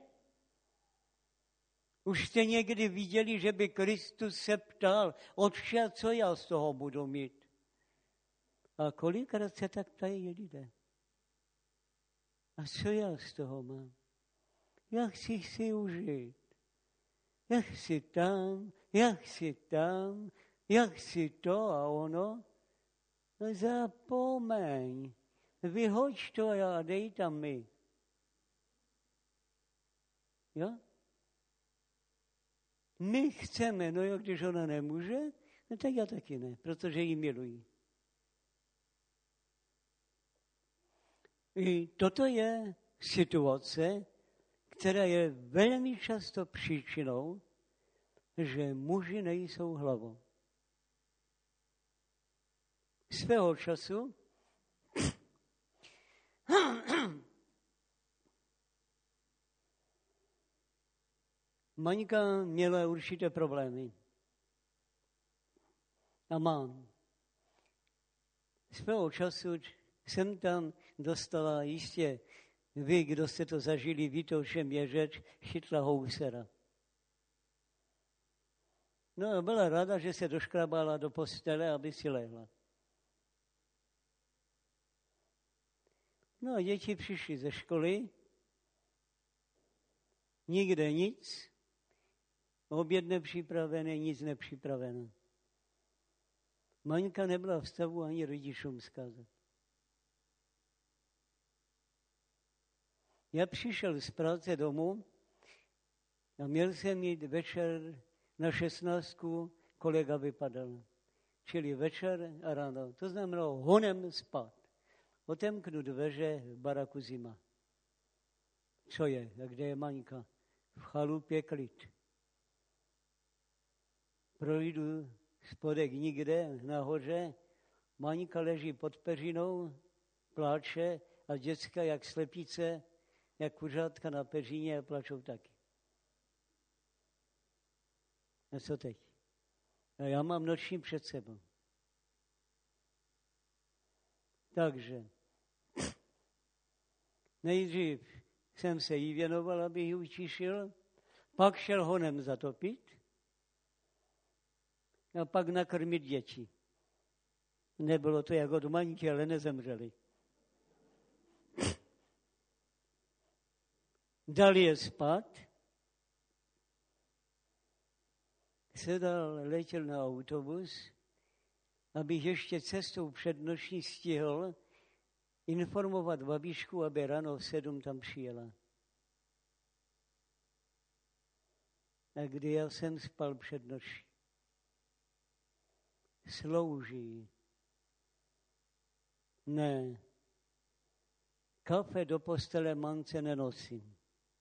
Už jste někdy viděli, že by Kristus se ptal, Otče, co já z toho budu mít? A kolikrát se tak ptají lidé? A co já z toho mám? Já chci užít. Já chci tam, já chci to a ono. No zapomeň, vyhoď to a dej tam mi. Jo? My chceme, no jo, když ona nemůže, no tak já taky ne, protože ji miluji. I toto je situace, která je velmi často příčinou, že muži nejsou hlavou. Svého času Maňka měla určité problémy. A mám. Svého času jsem tam dostala jistě, vy, kdo jste to zažili, víte, o čem je řeč, chytla housera. No a byla ráda, že se doškrabala do postele, aby si lehla. No a děti přišly ze školy, nikde nic, Oběd nepřipravený, nic nepřipraveno. Maňka nebyla v stavu ani rodičům vzkázat. Já přišel z práce domů a měl jsem jít večer na 16, kolega vypadal. Čili večer a ráno. To znamenalo honem spát. Otemknu dveře, v baraku zima. Co je? A kde je Maňka? V chalupě klid. Projdu spodek nikde, nahoře. Maňka leží pod peřinou, pláče a děcka jak slepice, jak kuřátka na peřině a plačou taky. A co teď? A já mám noční před sebou. Takže nejdřív jsem se jí věnoval, abych ji utišil, pak šel honem zatopit a pak nakrmit děti. Nebylo to jako od Maňky, ale nezemřeli. Dal je spát, letěl na autobus, abych ještě cestou před noční stihl informovat babičku, aby ráno v 7 tam přijela. A kdy já jsem spal před nocí? Slouží. Ne. Kafe do postele mamce nenosím.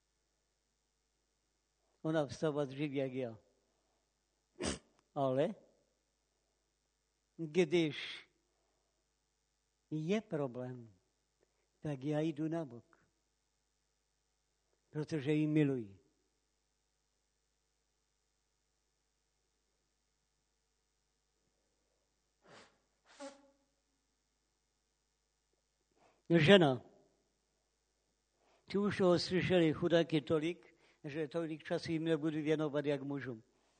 Ona vstává dřív jak já. Ale když je problém, tak já jdu na bok. Protože ji miluji. Žena. Ti už toho slyšeli chudáky tolik, že tolik času jim nebudu věnovat, jak mužům.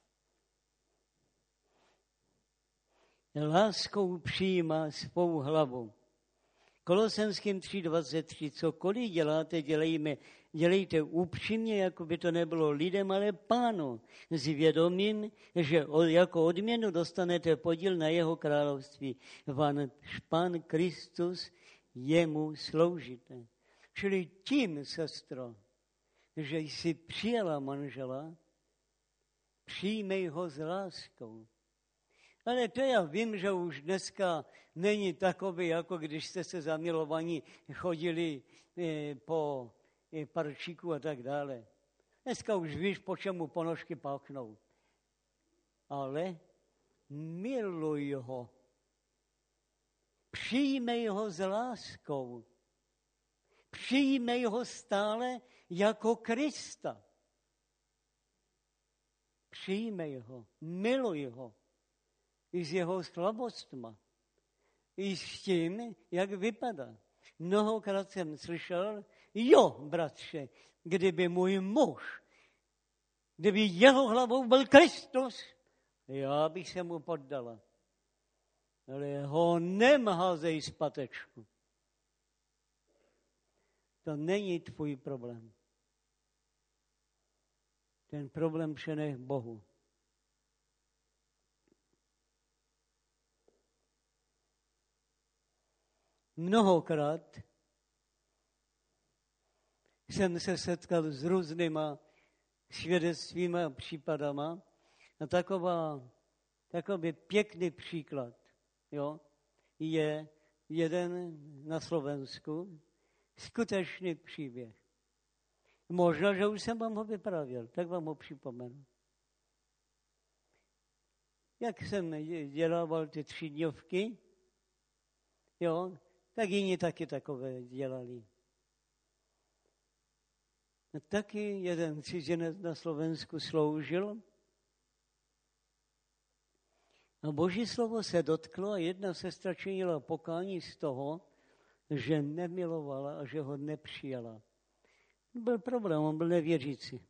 Láskou přijímá svou hlavu. Kolosenským 3:23. Cokoliv děláte, dělejte upřímně, jako by to nebylo lidem, ale Pánu. S vědomím, že jako odměnu dostanete podíl na jeho království. Pán Kristus jemu sloužíte. Čili tím, sestro, že jsi přijala manžela, přijmej ho s láskou. Ale to já vím, že už dneska není takový, jako když jste se zamilovaní chodili po parčíku a tak dále. Dneska už víš, po čemu ponožky páchnou. Ale miluj ho. Přijmej ho s láskou. Přijmej ho stále jako Krista. Přijmej ho, miluj ho. I s jeho slabostma. I s tím, jak vypadá. Mnohokrát jsem slyšel, jo, bratře, kdyby můj muž, kdyby jeho hlavou byl Kristus, já bych se mu poddala. Ale ho nemházej z patečku. To není tvůj problém. Ten problém přenech Bohu. Mnohokrát jsem se setkal s různýma svědectvími a případama a takový pěkný příklad, jo, je jeden na Slovensku, skutečný příběh. Možná, že už jsem vám ho vyprávěl, tak vám ho připomenu. Jak jsem dělával ty 3dňovky, jo, tak jiní taky takové dělali. A taky jeden cizinec na Slovensku sloužil a Boží slovo se dotklo a jedna sestra činila pokání z toho, že nemilovala a že ho nepřijala. Byl problém, on byl nevěřící.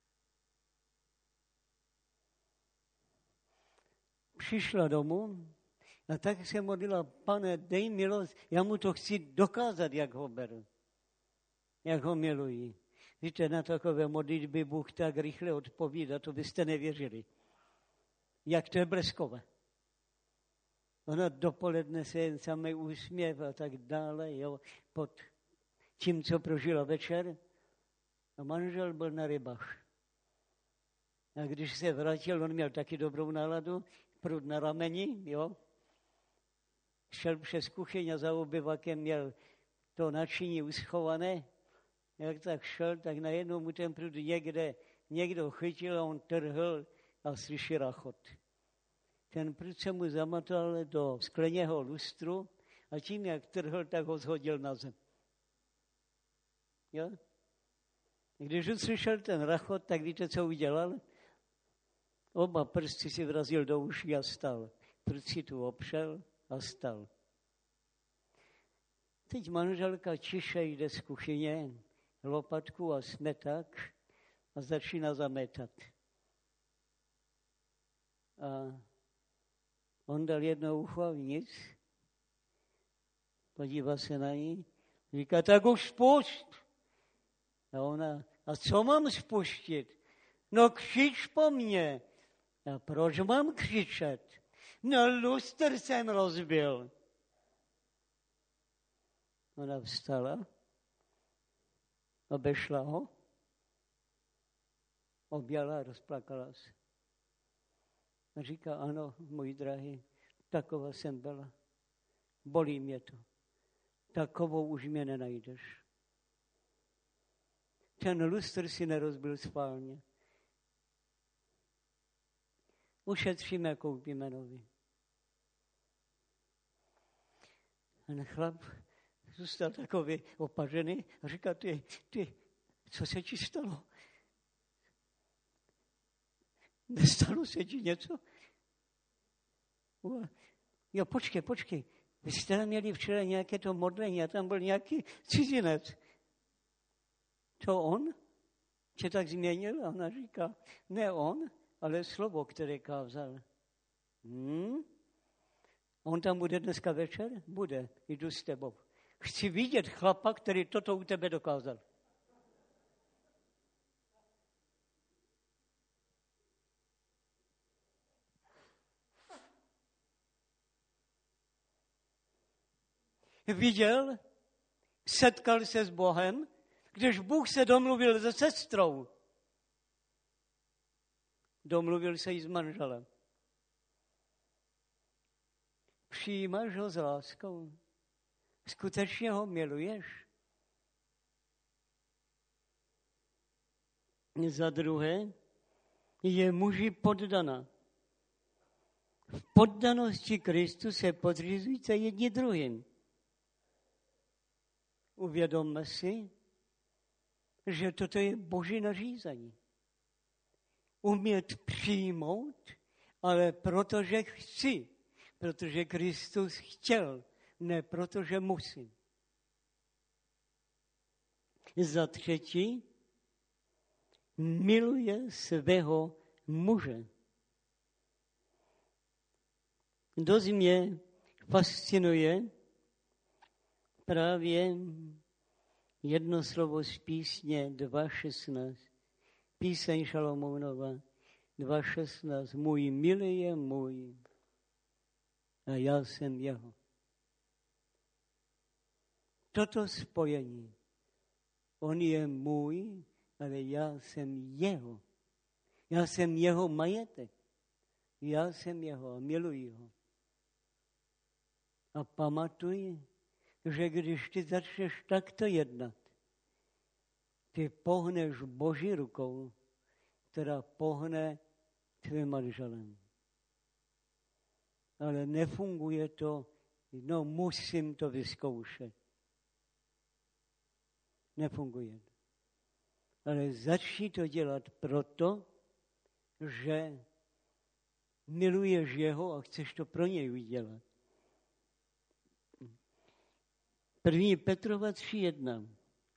Přišla domů a tak se modlila, Pane, dej milost, já mu to chci dokázat, jak ho beru, jak ho miluji. Víte, na takové modlitby Bůh tak rychle odpovídá, to byste nevěřili. Jak to je bleskové. Ona dopoledne se jen samý úsměv a tak dále, jo, pod tím, co prožila večer. A manžel byl na rybách. A když se vrátil, on měl taky dobrou náladu, prut na rameni, jo. Šel přes kuchyň a za obyvakem měl to načiní uschované. Jak tak šel, tak najednou mu ten prut někdo chytil a on trhl a slyší rachot. Ten prut se mu zamatal do skleněného lustru a tím, jak trhl, tak ho shodil na zem. Jo? Když uslyšel ten rachot, tak víte, co udělal? Oba prsty si vrazil do uší a stal. Prut si tu opřel a stal. Teď manželka tiše jde z kuchyně, lopatku a smetak a začíná zametat. A on dal jedno ucho a nic. Podívá se na ní. Říká, tak už spust. A ona, a co mám spustit? No křič po mně. A proč mám křičet? No lustr jsem rozbil. Ona vstala, obešla ho, objala a rozplakala se. A říká, ano, můj drahý, taková jsem byla. Bolí mě to. Takovou už mě nenajdeš. Ten lustr si nerozbil schválně. Ušetříme, koupíme nový. Ten chlap zůstal takový opařený a říká, ty, co se ti stalo? Nestalo se ti něco? Jo, počkej. Vy jste měli včera nějaké to modlení a tam byl nějaký cizinec. To on tě tak změnil? A ona říká, ne on, ale slovo, které kázal. On tam bude dneska večer? Bude, jdu s tebou. Chci vidět chlapa, který toto u tebe dokázal. Viděl, setkal se s Bohem, když Bůh se domluvil se sestrou. Domluvil se i s manželem. Přijímáš ho s láskou? Skutečně ho miluješ? Za druhé, je muži poddana. V poddanosti Kristu se podřizujte jedni druhým. Uvědomme si, že toto je Boží nařízení. Umět přijmout, ale protože chci, protože Kristus chtěl, ne protože musím. Za třetí, miluje svého muže. Dost mě fascinuje právě jedno slovo z písně 2.16. Píseň Šalomounova 2.16. Můj milý je můj a já jsem jeho. Toto spojení. On je můj, ale já jsem jeho. Já jsem jeho majetek. Já jsem jeho a miluji ho. A pamatuj, že když ty začneš takto jednat, ty pohneš Boží rukou, která pohne tvým manželem. Ale nefunguje to, no musím to vyzkoušet. Nefunguje to. Ale začni to dělat proto, že miluješ jeho a chceš to pro něj udělat. 1. Petrova 3.1.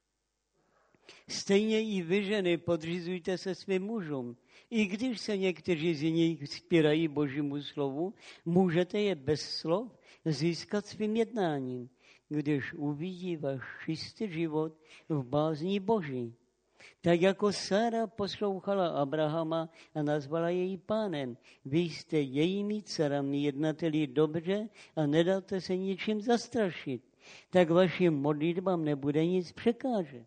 Stejně i vy, ženy, podřizujte se svým mužům. I když se někteří z nich spírají Božímu slovu, můžete je bez slov získat svým jednáním, když uvidí váš čistý život v bázni Boží. Tak jako Sára poslouchala Abrahama a nazvala jej pánem. Vy jste jejími dcerami, jednateli dobře a nedáte se ničím zastrašit. Tak vašim modlitbám nebude nic překážet.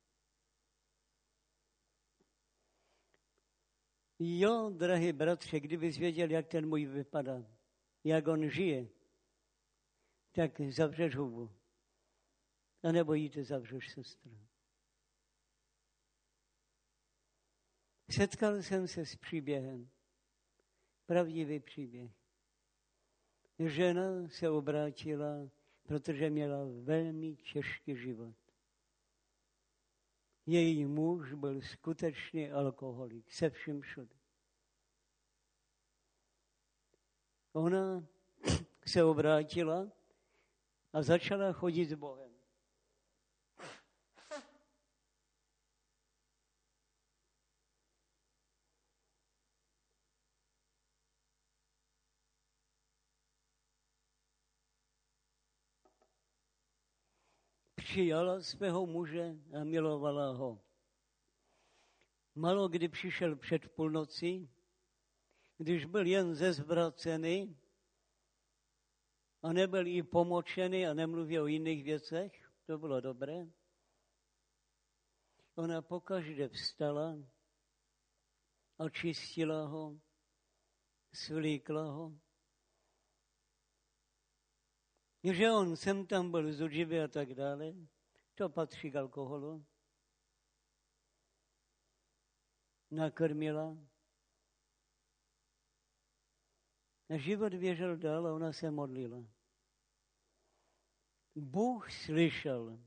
Jo, drahý bratře, kdybys věděl, jak ten můj vypadá, jak on žije, tak zavřeš hubu. A nebo jí to zavřeš, sestro. Setkal jsem se s příběhem. Pravdivý příběh. Žena se obrátila, protože měla velmi těžký život. Její muž byl skutečný alkoholik, se vším všude. Ona se obrátila a začala chodit s Bohem. Přijala svého muže a milovala ho. Malo kdy přišel před půlnocí, když byl jen zezvracený a nebyl i pomočený a nemluví o jiných věcech, to bylo dobré. Ona pokaždé vstala a čistila ho, svlíkla ho. Že on sem tam byl zuřivý a tak dále, to patří k alkoholu. Nakrmila. A život běžel dál a ona se modlila. Bůh slyšel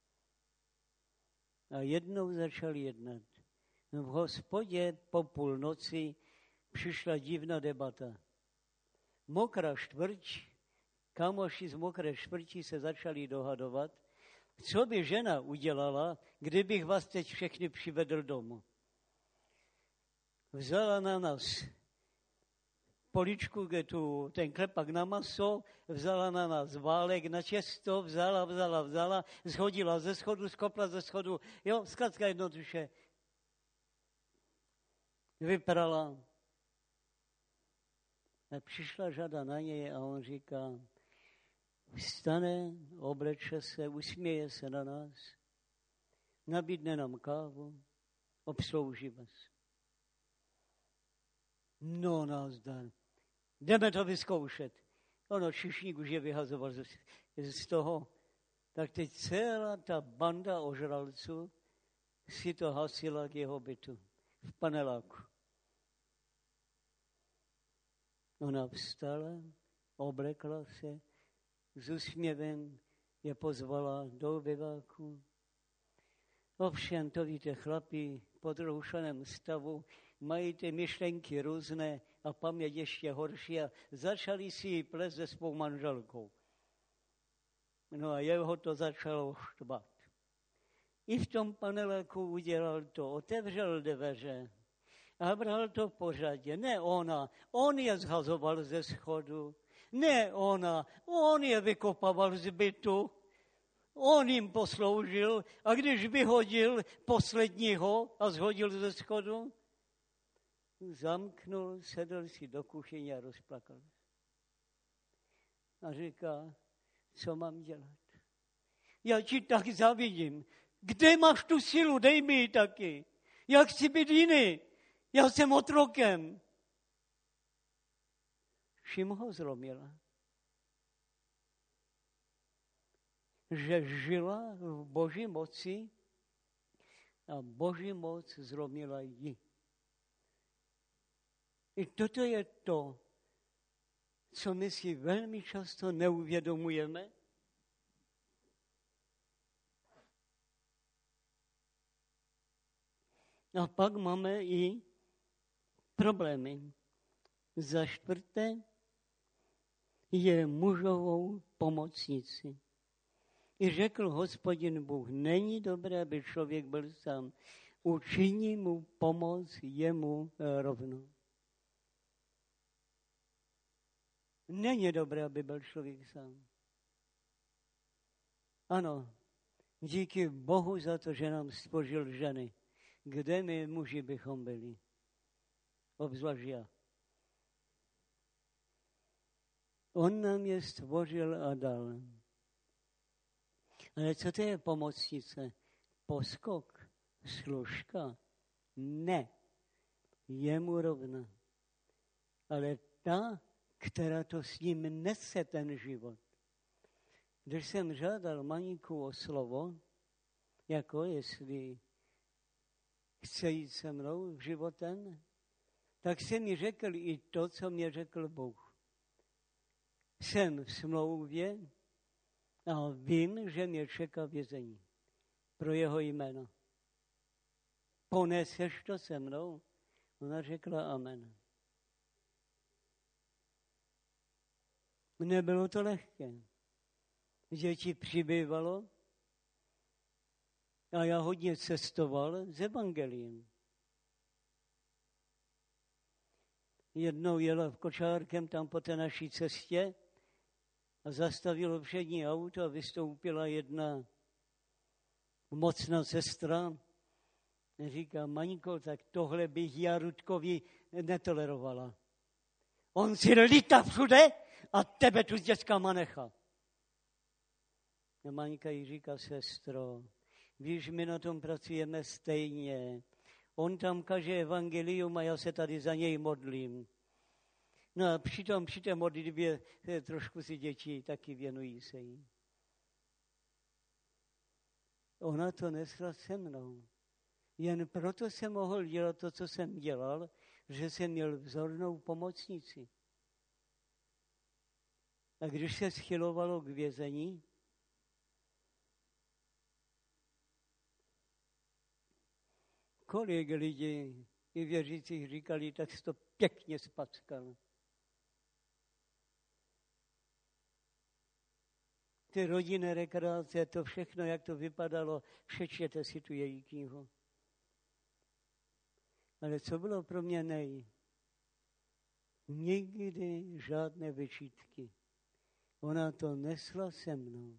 a jednou začal jednat. V hospodě po půlnoci přišla divná debata. Mokrá čtvrť, kámoši z mokré čtvrti se začali dohadovat, co by žena udělala, kdybych vás teď všechny přivedl domů. Vzala na nás poličku, ten klepak na maso, vzala na nás válek na těsto, vzala, shodila ze schodu, skopla ze schodu, jo, zkrátka jednoduše. Vyprala. A přišla žada na něj a on říká, vstane, obleče se, usměje se na nás, nabídne nám kávu, obslouží vás. No, nazdar. Jdeme to vyzkoušet. Ono, šišník už je vyhazoval z toho. Tak teď celá ta banda ožralců si to hasila k jeho bytu v paneláku. Ona vstala, oblekla se, s úsměvem je pozvala do obyváku. Ovšem, to víte, chlapi v podroušaném stavu mají ty myšlenky různé a paměť ještě horší a začali si ji plést se svou manželkou. No a jeho to začalo štvat. I v tom paneláku udělal to, otevřel dveře a bral to pořadě. Ne ona, on je zhazoval ze schodu. Ne ona, on je vykopával z bytu. On jim posloužil a když vyhodil posledního a zhodil ze schodu, zamknul, sedl si do kuchyně a rozplakal. A říká, co mám dělat? Já ti tak závidím. Kde máš tu sílu? Dej mi ji taky. Já chci být jiný. Já jsem otrokem. Všim ho zlomila. Že žila v Boží moci a Boží moc zlomila ji. I toto je to, co my si velmi často neuvědomujeme. A pak máme i problémy. Za čtvrté je mužovou pomocnici. I řekl Hospodin Bůh, není dobré, aby člověk byl sám. Učiní mu pomoc jemu rovnou. Není dobré, aby byl člověk sám. Ano, díky Bohu za to, že nám stvořil ženy. Kde my muži bychom byli? Obzvlášť já. On nám je stvořil a dal. Ale co to je pomocnice? Poskok? Služka? Ne. Je mu rovna. Ale ta, která to s ním nese ten život. Když jsem žádal Maníku o slovo, jako jestli chce jít se mnou v životem, tak jsem mi řekl i to, co mě řekl Bůh. Jsem v smlouvě a vím, že mě čeká vězení pro jeho jméno. Poneseš to se mnou? Ona řekla amen. Nebylo to lehké. Děti přibývalo a já hodně cestoval s evangeliem. Jednou jela v kočárkem tam po té naší cestě a zastavilo přední auto a vystoupila jedna mocná sestra. Říká, Maňko, tak tohle bych já Rudkovi netolerovala. On si lítá všude a tebe tu s dětskama nechá. A Maňka jí říká, sestro, víš, my na tom pracujeme stejně. On tam kaže evangelium a já se tady za něj modlím. No a při té modlitbě trošku si děti taky věnují se jí. Ona to nesla se mnou. Jen proto jsem mohl dělat to, co jsem dělal, že jsem měl vzornou pomocnici. A když se schylovalo k vězení, kolik lidí i věřících říkali, tak jsi to pěkně spackal. Ty rodinné rekreace, to všechno, jak to vypadalo, přečtěte si tu její knihu. Ale co bylo pro mě nikdy žádné vyčítky. Ona to nesla se mnou.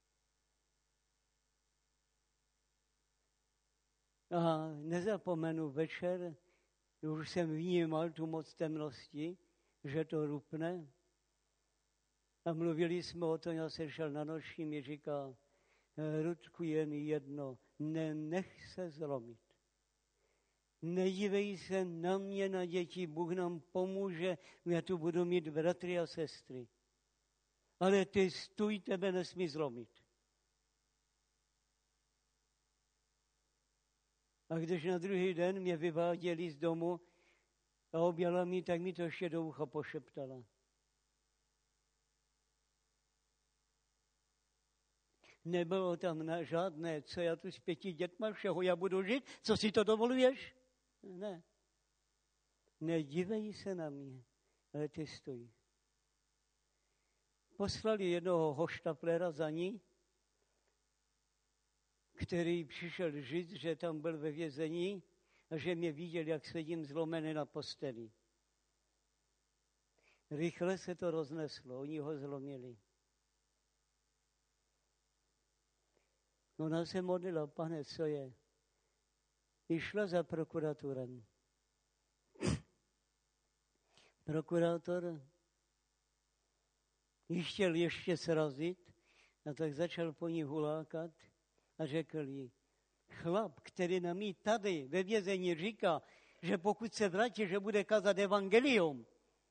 A nezapomenu večer, už jsem vnímal tu moc temnosti, že to rupne. A mluvili jsme o tom, já jsem šel na noční, mi říká, Rudku, jen jedno, nech se zlomit. Nedívej se na mě, na děti, Bůh nám pomůže, já tu budu mít bratry a sestry. Ale ty stůj, tebe nesmí zlomit. A když na druhý den mě vyváděli z domu a objala mi, tak mi to ještě do ucha pošeptala. Nebylo tam na žádné, co já tu s 5 dětma všeho já budu žít, co si to dovoluješ? Ne. Nedívej se na mě, ale ty stůj. Poslali jednoho hoštaplera za ní, který přišel žít, že tam byl ve vězení a že mě viděl, jak sedím zlomený na posteli. Rychle se to rozneslo, oni ho zlomili. Ona se modlila, Pane, co je? Išla za prokuratorem. Prokurátor ji chtěl ještě srazit a tak začal po ní hulákat a řekl jí, chlap, který nám jí tady ve vězení říká, že pokud se vrátí, že bude kazat evangelium,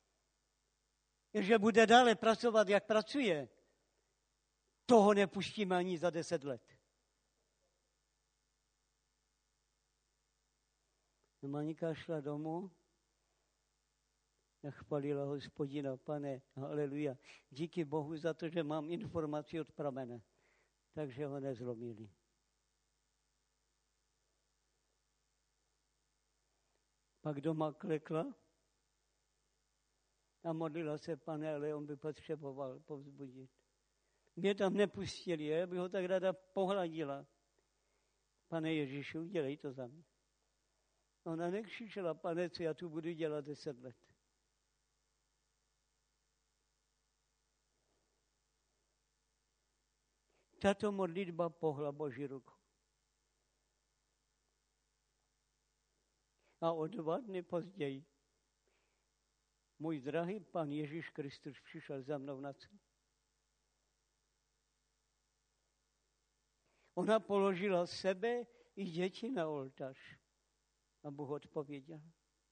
že bude dále pracovat, jak pracuje, toho nepustíme ani za 10 let. Maňka šla domů a chvalila Hospodina, Pane, haleluja. Díky Bohu za to, že mám informaci od pramene. Takže ho nezlomili. Pak doma klekla a modlila se, Pane, ale on by potřeboval povzbudit. Mě tam nepustili, aby ho tak ráda pohladila. Pane Ježíši, udělej to za mě. Ona nekřičela, Pane, co já tu budu dělat 10 let. Tato modlitba pohla Boží ruku. A o 2 dny později můj drahý Pan Ježíš Kristus přišel za mnou na cestu. Ona položila sebe i děti na oltář. A Bůh odpověděl.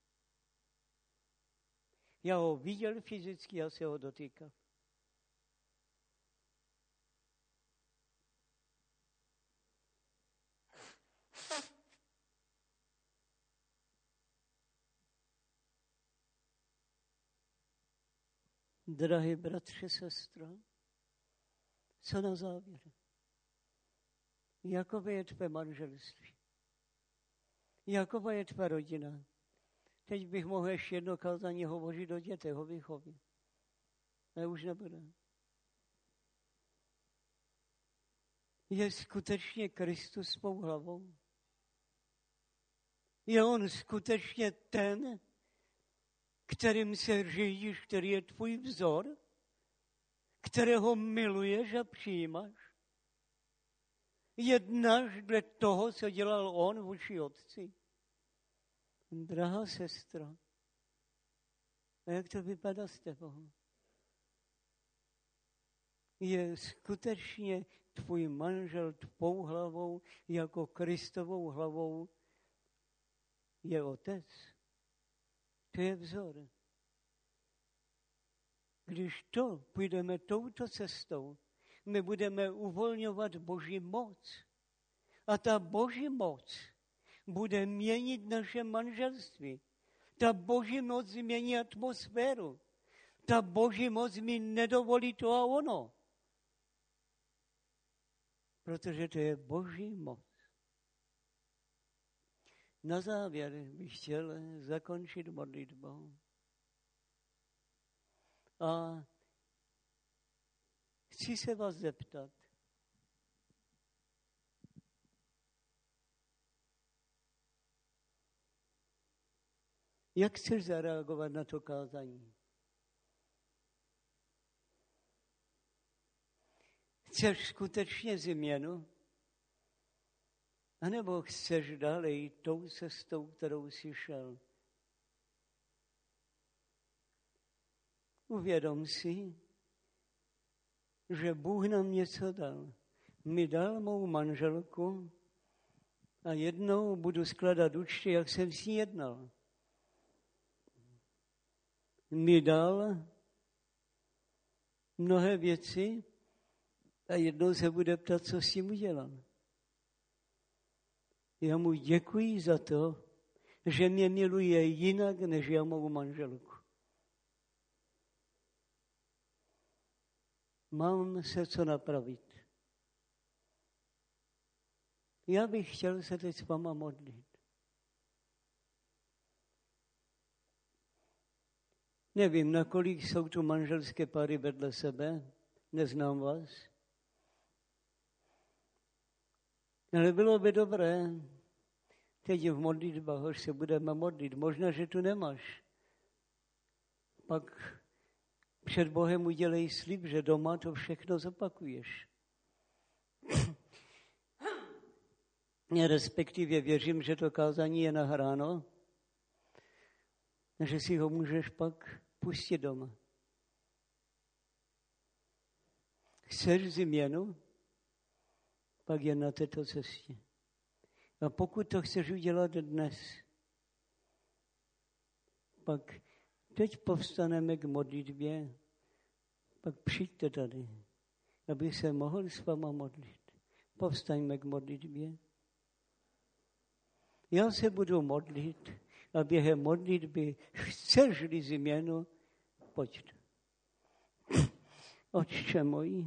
Já ho viděl fyzicky, já se ho dotýkal. Drahý bratře, sestro, co na závěr? Jakové je tvé manželství? Jaková je tvá rodina? Teď bych mohl ještě jedno kázání hovořit o dětech, o výchově. Ale už nebude. Je skutečně Kristus svou hlavou? Je on skutečně ten, kterým se řídíš, který je tvůj vzor, kterého miluješ a přijímáš? Jednáš dle toho, co dělal on vůči otci? Drahá sestro, a jak to vypadá s tebou? Je skutečně tvůj manžel tvou hlavou, jako Kristovou hlavou je otec? To je vzor. Když půjdeme touto cestou, my budeme uvolňovat Boží moc. A ta Boží moc bude měnit naše manželství. Ta Boží moc změní atmosféru. Ta Boží moc mi nedovolí to a ono. Protože to je Boží moc. Na závěr bych chtěl zakončit modlitbou. A chci se vás zeptat, jak chceš zareagovat na to kázání? Chceš skutečně změnu? A nebo chceš dále jít tou cestou, kterou jsi šel? Uvědom si, že Bůh nám něco dal. Mi dal mou manželku a jednou budu skládat účty, jak jsem s ní jednal. Mi dal mnohé věci a jednou se bude ptát, co s tím udělal. Já mu děkuji za to, že mě miluje jinak, než já mou manželku. Mám se co napravit. Já bych chtěl se teď s váma modlit. Nevím, nakolik jsou tu manželské páry vedle sebe, neznám vás. Ale bylo by dobré, teď v modlitbách, až se budeme modlit, možná, že tu nemáš. Pak před Bohem udělej slib, že doma to všechno zopakuješ. Respektive věřím, že to kázání je nahráno, že si ho můžeš pak pustit doma. Chceš změnu? Pak je na této cestě. A pokud to chceš udělat dnes, pak teď povstaneme k modlitbě, pak přijďte tady, aby se mohl s váma modlit. Povstaňme k modlitbě. Já se budu modlit a během modlitby chceš-li změnu, pojď. Otče můj,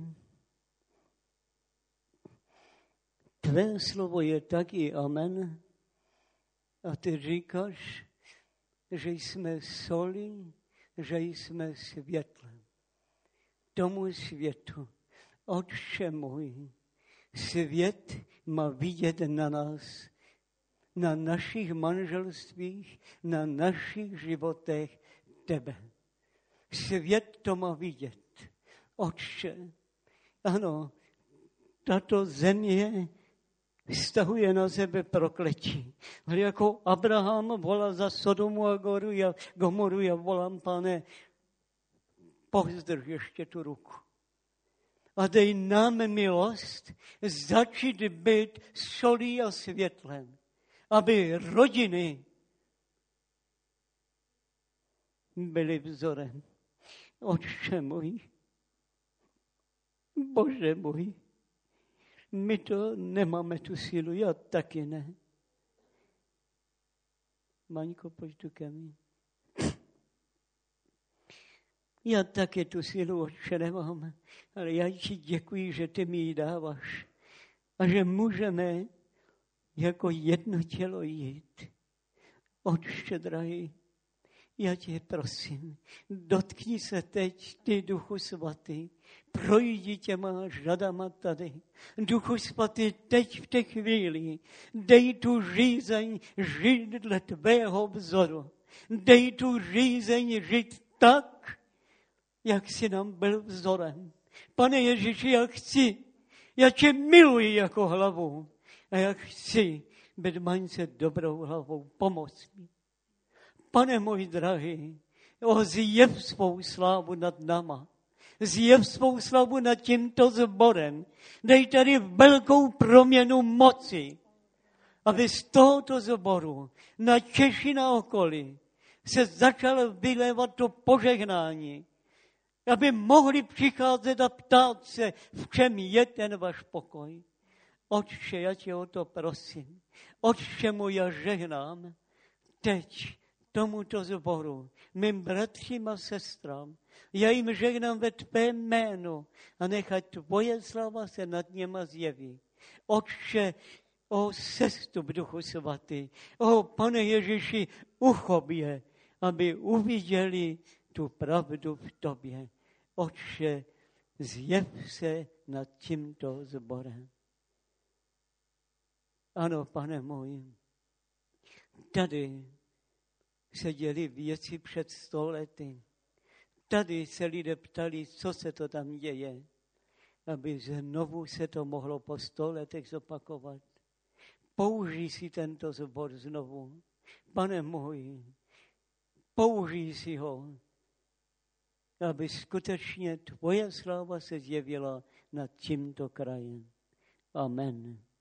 tvé slovo je taky amen a ty říkáš, že jsme soli, že jsme světlem tomu světu. Otče můj, svět má vidět na nás, na našich manželstvích, na našich životech tebe. Svět to má vidět. Otče, ano, tato země vztahuje na sebe prokletí. Ale jako Abraham volal za Sodomu a Gomoru, já volám, Pane, pozdrž ještě tu ruku. A dej nám milost začít být solí a světlem, aby rodiny byly vzorem. Otče můj, Bože můj, my to nemáme tu sílu, já taky ne. Maňko, pojď tu ke mně. Já taky tu sílu, Otče, nemám, ale já ti děkuji, že ty mi ji dáváš a že můžeme jako jedno tělo jít. Otče drahý, já tě prosím, dotkni se teď, ty Duchu Svatý, projdi těma řadama tady. Duchu Svatý, teď v té chvíli, dej tu žízeň žít dle tvého vzoru. Dej tu žízeň žít tak, jak jsi nám byl vzorem. Pane Ježíši, já tě miluji jako hlavu a jak chci být Maňce dobrou hlavou, pomoc mi. Pane můj drahý, zjev svou slávu nad náma. Zjev svou slávu nad tímto sborem. Dej tady velkou proměnu moci, aby z tohoto sboru na Češi na okolí se začalo vylévat to požehnání, aby mohli přicházet a ptát se, v čem je ten váš pokoj. Otče, já tě o to prosím. Otče můj, já žehnám teď tomuto sboru, mým bratřím a sestrám. Já jim žehnám ve tvé jménu a nechať tvoje sláva se nad něma zjeví. Otče, sestup Duchu Svatý. Pane Ježíši, uchop je, aby uviděli tu pravdu v tobě. Otče, zjev se nad tímto sborem. Ano, Pane můj, tady se děly věci před 100 lety. Tady se lidé ptali, co se to tam děje, aby znovu se to mohlo po 100 letech zopakovat. Použij si tento sbor znovu. Pane můj, použij si ho, aby skutečně tvoje sláva se zjevila nad tímto krajem. Amen.